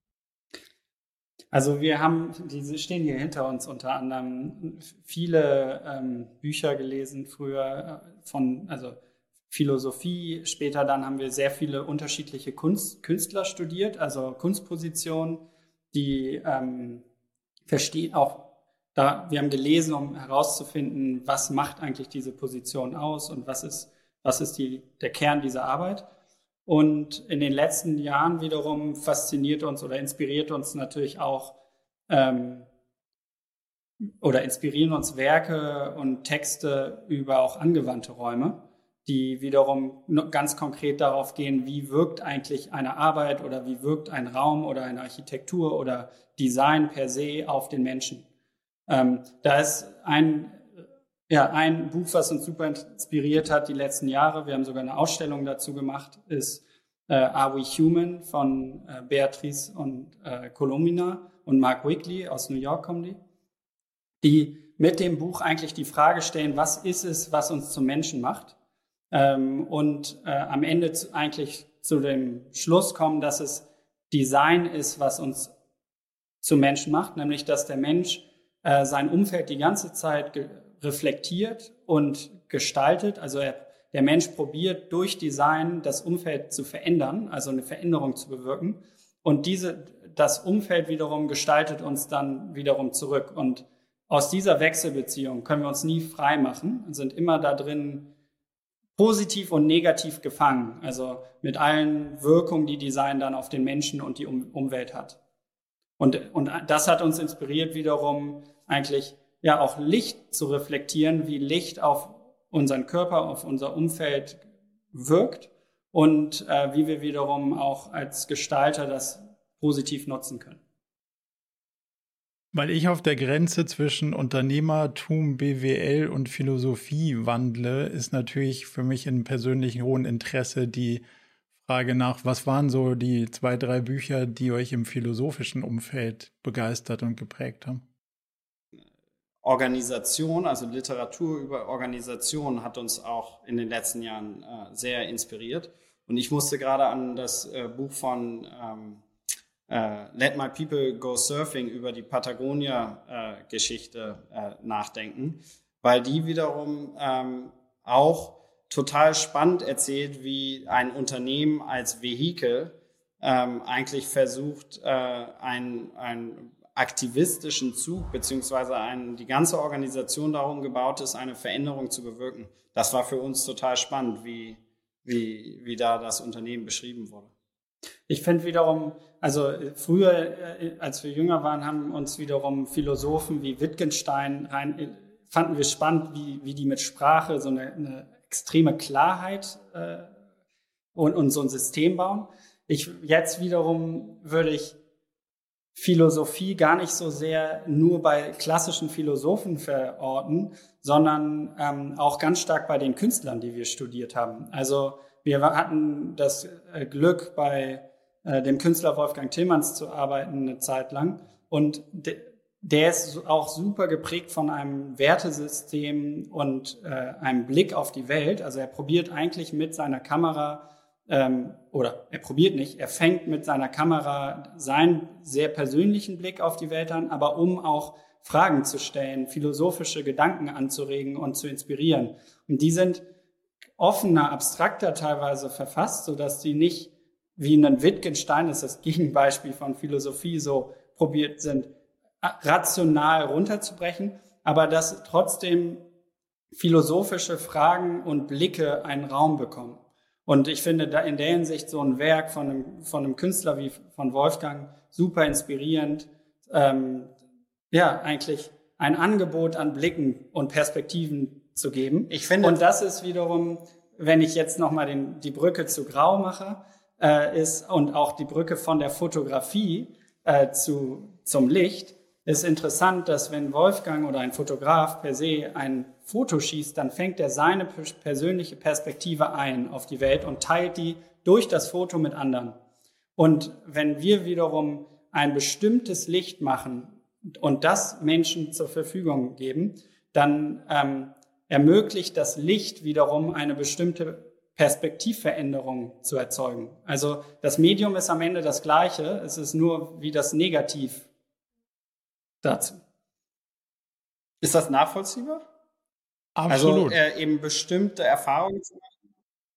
Also diese stehen hier hinter uns, unter anderem viele Bücher gelesen früher also Philosophie. Später dann haben wir sehr viele unterschiedliche Künstler studiert, also Kunstpositionen, die verstehen auch. Wir haben gelesen, um herauszufinden, was macht eigentlich diese Position aus und was ist der Kern dieser Arbeit. Und in den letzten Jahren wiederum fasziniert uns oder inspiriert uns natürlich auch oder inspirieren uns Werke und Texte über auch angewandte Räume, die wiederum ganz konkret darauf gehen, wie wirkt eigentlich eine Arbeit oder wie wirkt ein Raum oder eine Architektur oder Design per se auf den Menschen. Da ist ein Buch, was uns super inspiriert hat die letzten Jahre, wir haben sogar eine Ausstellung dazu gemacht, ist Are We Human von Beatrice und Colomina und Mark Wigley aus New York kommen die mit dem Buch eigentlich die Frage stellen, was ist es, was uns zum Menschen macht? Und am Ende eigentlich zu dem Schluss kommen, dass es Design ist, was uns zum Menschen macht, nämlich dass der Mensch sein Umfeld die ganze Zeit reflektiert und gestaltet. Also der Mensch probiert durch Design das Umfeld zu verändern, also eine Veränderung zu bewirken. Und das Umfeld wiederum gestaltet uns dann wiederum zurück. Und aus dieser Wechselbeziehung können wir uns nie frei machen und sind immer da drin positiv und negativ gefangen. Also mit allen Wirkungen, die Design dann auf den Menschen und die Umwelt hat. Und das hat uns inspiriert, wiederum eigentlich auch Licht zu reflektieren, wie Licht auf unseren Körper, auf unser Umfeld wirkt und wie wir wiederum auch als Gestalter das positiv nutzen können. Weil ich auf der Grenze zwischen Unternehmertum, BWL und Philosophie wandle, ist natürlich für mich in persönlichen hohen Interesse die Frage nach, was waren so die 2, 3 Bücher, die euch im philosophischen Umfeld begeistert und geprägt haben? Organisation, also Literatur über Organisation hat uns auch in den letzten Jahren sehr inspiriert. Und ich musste gerade an das Buch von Let My People Go Surfing über die Patagonia-Geschichte nachdenken, weil die wiederum auch total spannend erzählt, wie ein Unternehmen als Vehikel eigentlich versucht, einen aktivistischen Zug beziehungsweise die ganze Organisation darum gebaut ist, eine Veränderung zu bewirken. Das war für uns total spannend, wie da das Unternehmen beschrieben wurde. Ich finde wiederum, also früher, als wir jünger waren, haben uns wiederum Philosophen wie Wittgenstein fanden wir spannend, wie die mit Sprache so eine extreme Klarheit und so ein System bauen. Jetzt wiederum würde ich Philosophie gar nicht so sehr nur bei klassischen Philosophen verorten, sondern auch ganz stark bei den Künstlern, die wir studiert haben. Also wir hatten das Glück, bei dem Künstler Wolfgang Tillmanns zu arbeiten eine Zeit lang. Und der ist auch super geprägt von einem Wertesystem und einem Blick auf die Welt. Also er probiert eigentlich mit seiner Kamera, er fängt mit seiner Kamera seinen sehr persönlichen Blick auf die Welt an, aber um auch Fragen zu stellen, philosophische Gedanken anzuregen und zu inspirieren. Und die sind offener, abstrakter teilweise verfasst, sodass die nicht wie ein Wittgenstein, das ist das Gegenbeispiel von Philosophie, so probiert sind, rational runterzubrechen, aber dass trotzdem philosophische Fragen und Blicke einen Raum bekommen. Und ich finde da in der Hinsicht so ein Werk von einem Künstler wie von Wolfgang super inspirierend. Eigentlich ein Angebot an Blicken und Perspektiven zu geben. Und das ist wiederum, wenn ich jetzt nochmal die Brücke zu Grau mache, und auch die Brücke von der Fotografie zum Licht, ist interessant, dass wenn Wolfgang oder ein Fotograf per se ein Foto schießt, dann fängt er seine persönliche Perspektive ein auf die Welt und teilt die durch das Foto mit anderen. Und wenn wir wiederum ein bestimmtes Licht machen und das Menschen zur Verfügung geben, dann ermöglicht das Licht wiederum eine bestimmte Perspektivveränderung zu erzeugen. Also das Medium ist am Ende das Gleiche, es ist nur wie das Negativ dazu. Ist das nachvollziehbar? Absolut. Also eben bestimmte Erfahrungen zu machen.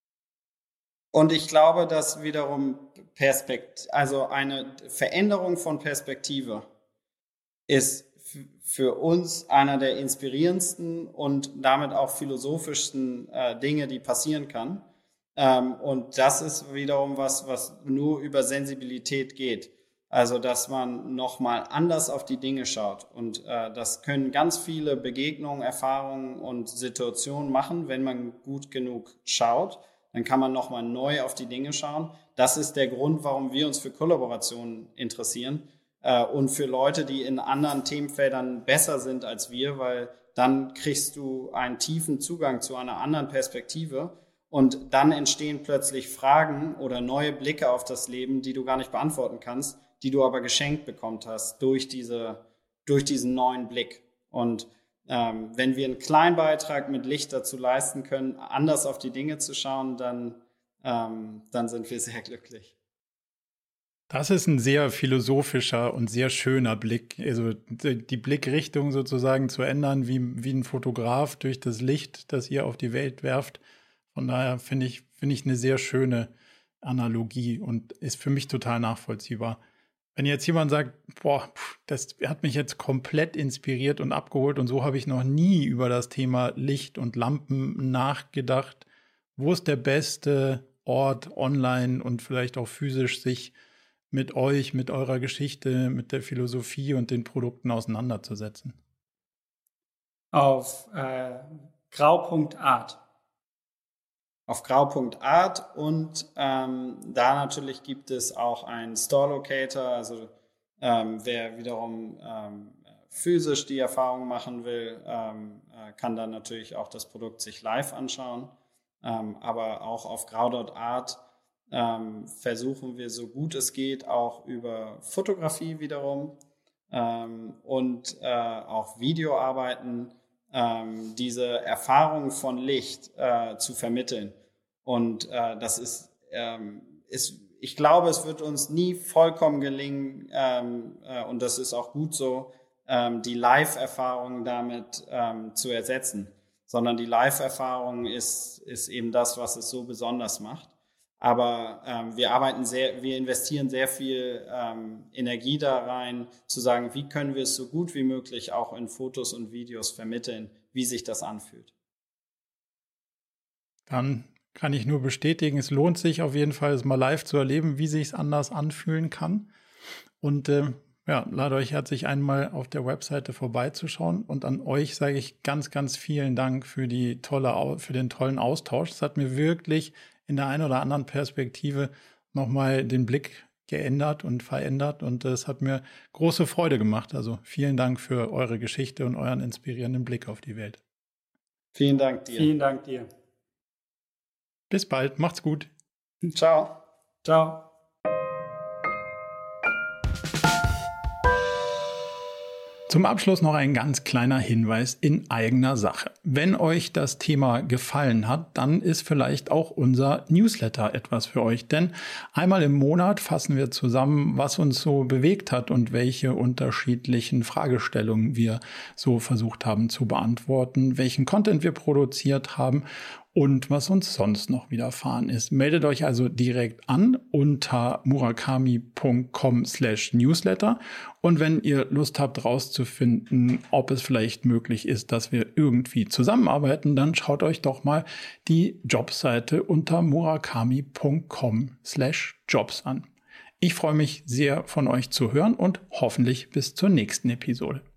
Und ich glaube, dass wiederum also eine Veränderung von Perspektive ist für uns einer der inspirierendsten und damit auch philosophischsten Dinge, die passieren kann. Und das ist wiederum was nur über Sensibilität geht. Also, dass man nochmal anders auf die Dinge schaut. Und das können ganz viele Begegnungen, Erfahrungen und Situationen machen, wenn man gut genug schaut. Dann kann man nochmal neu auf die Dinge schauen. Das ist der Grund, warum wir uns für Kollaborationen interessieren und für Leute, die in anderen Themenfeldern besser sind als wir, weil dann kriegst du einen tiefen Zugang zu einer anderen Perspektive und dann entstehen plötzlich Fragen oder neue Blicke auf das Leben, die du gar nicht beantworten kannst, die du aber geschenkt bekommen hast durch diesen neuen Blick. Und wenn wir einen kleinen Beitrag mit Licht dazu leisten können, anders auf die Dinge zu schauen, dann sind wir sehr glücklich. Das ist ein sehr philosophischer und sehr schöner Blick. Also die Blickrichtung sozusagen zu ändern, wie ein Fotograf durch das Licht, das ihr auf die Welt werft. Von daher finde ich eine sehr schöne Analogie und ist für mich total nachvollziehbar. Wenn jetzt jemand sagt, das hat mich jetzt komplett inspiriert und abgeholt und so habe ich noch nie über das Thema Licht und Lampen nachgedacht. Wo ist der beste Ort online und vielleicht auch physisch sich mit euch, mit eurer Geschichte, mit der Philosophie und den Produkten auseinanderzusetzen? Auf grau.art. Auf grau.art und da natürlich gibt es auch einen Store Locator, also wer wiederum physisch die Erfahrung machen will, kann dann natürlich auch das Produkt sich live anschauen, aber auch auf grau.art versuchen wir so gut es geht auch über Fotografie wiederum und auch Videoarbeiten diese Erfahrung von Licht zu vermitteln. Und das ist, ich glaube, es wird uns nie vollkommen gelingen, und das ist auch gut so, die Live-Erfahrung damit zu ersetzen, sondern die Live-Erfahrung ist eben das, was es so besonders macht. Aber wir investieren sehr viel Energie da rein, zu sagen, wie können wir es so gut wie möglich auch in Fotos und Videos vermitteln, wie sich das anfühlt. Dann kann ich nur bestätigen, es lohnt sich auf jeden Fall, es mal live zu erleben, wie sich es anders anfühlen kann. Und lade euch herzlich einmal auf der Webseite vorbeizuschauen. Und an euch sage ich ganz, ganz vielen Dank für den tollen Austausch. Es hat mir wirklich in der einen oder anderen Perspektive nochmal den Blick geändert und verändert und es hat mir große Freude gemacht. Also vielen Dank für eure Geschichte und euren inspirierenden Blick auf die Welt. Vielen Dank dir. Vielen Dank dir. Bis bald, macht's gut. Ciao. Ciao. Zum Abschluss noch ein ganz kleiner Hinweis in eigener Sache. Wenn euch das Thema gefallen hat, dann ist vielleicht auch unser Newsletter etwas für euch. Denn einmal im Monat fassen wir zusammen, was uns so bewegt hat und welche unterschiedlichen Fragestellungen wir so versucht haben zu beantworten, welchen Content wir produziert haben und was uns sonst noch widerfahren ist. Meldet euch also direkt an unter murakami.com/newsletter. Und wenn ihr Lust habt, rauszufinden, ob es vielleicht möglich ist, dass wir irgendwie zusammenarbeiten, dann schaut euch doch mal die Jobseite unter murakami.com/jobs an. Ich freue mich sehr, von euch zu hören und hoffentlich bis zur nächsten Episode.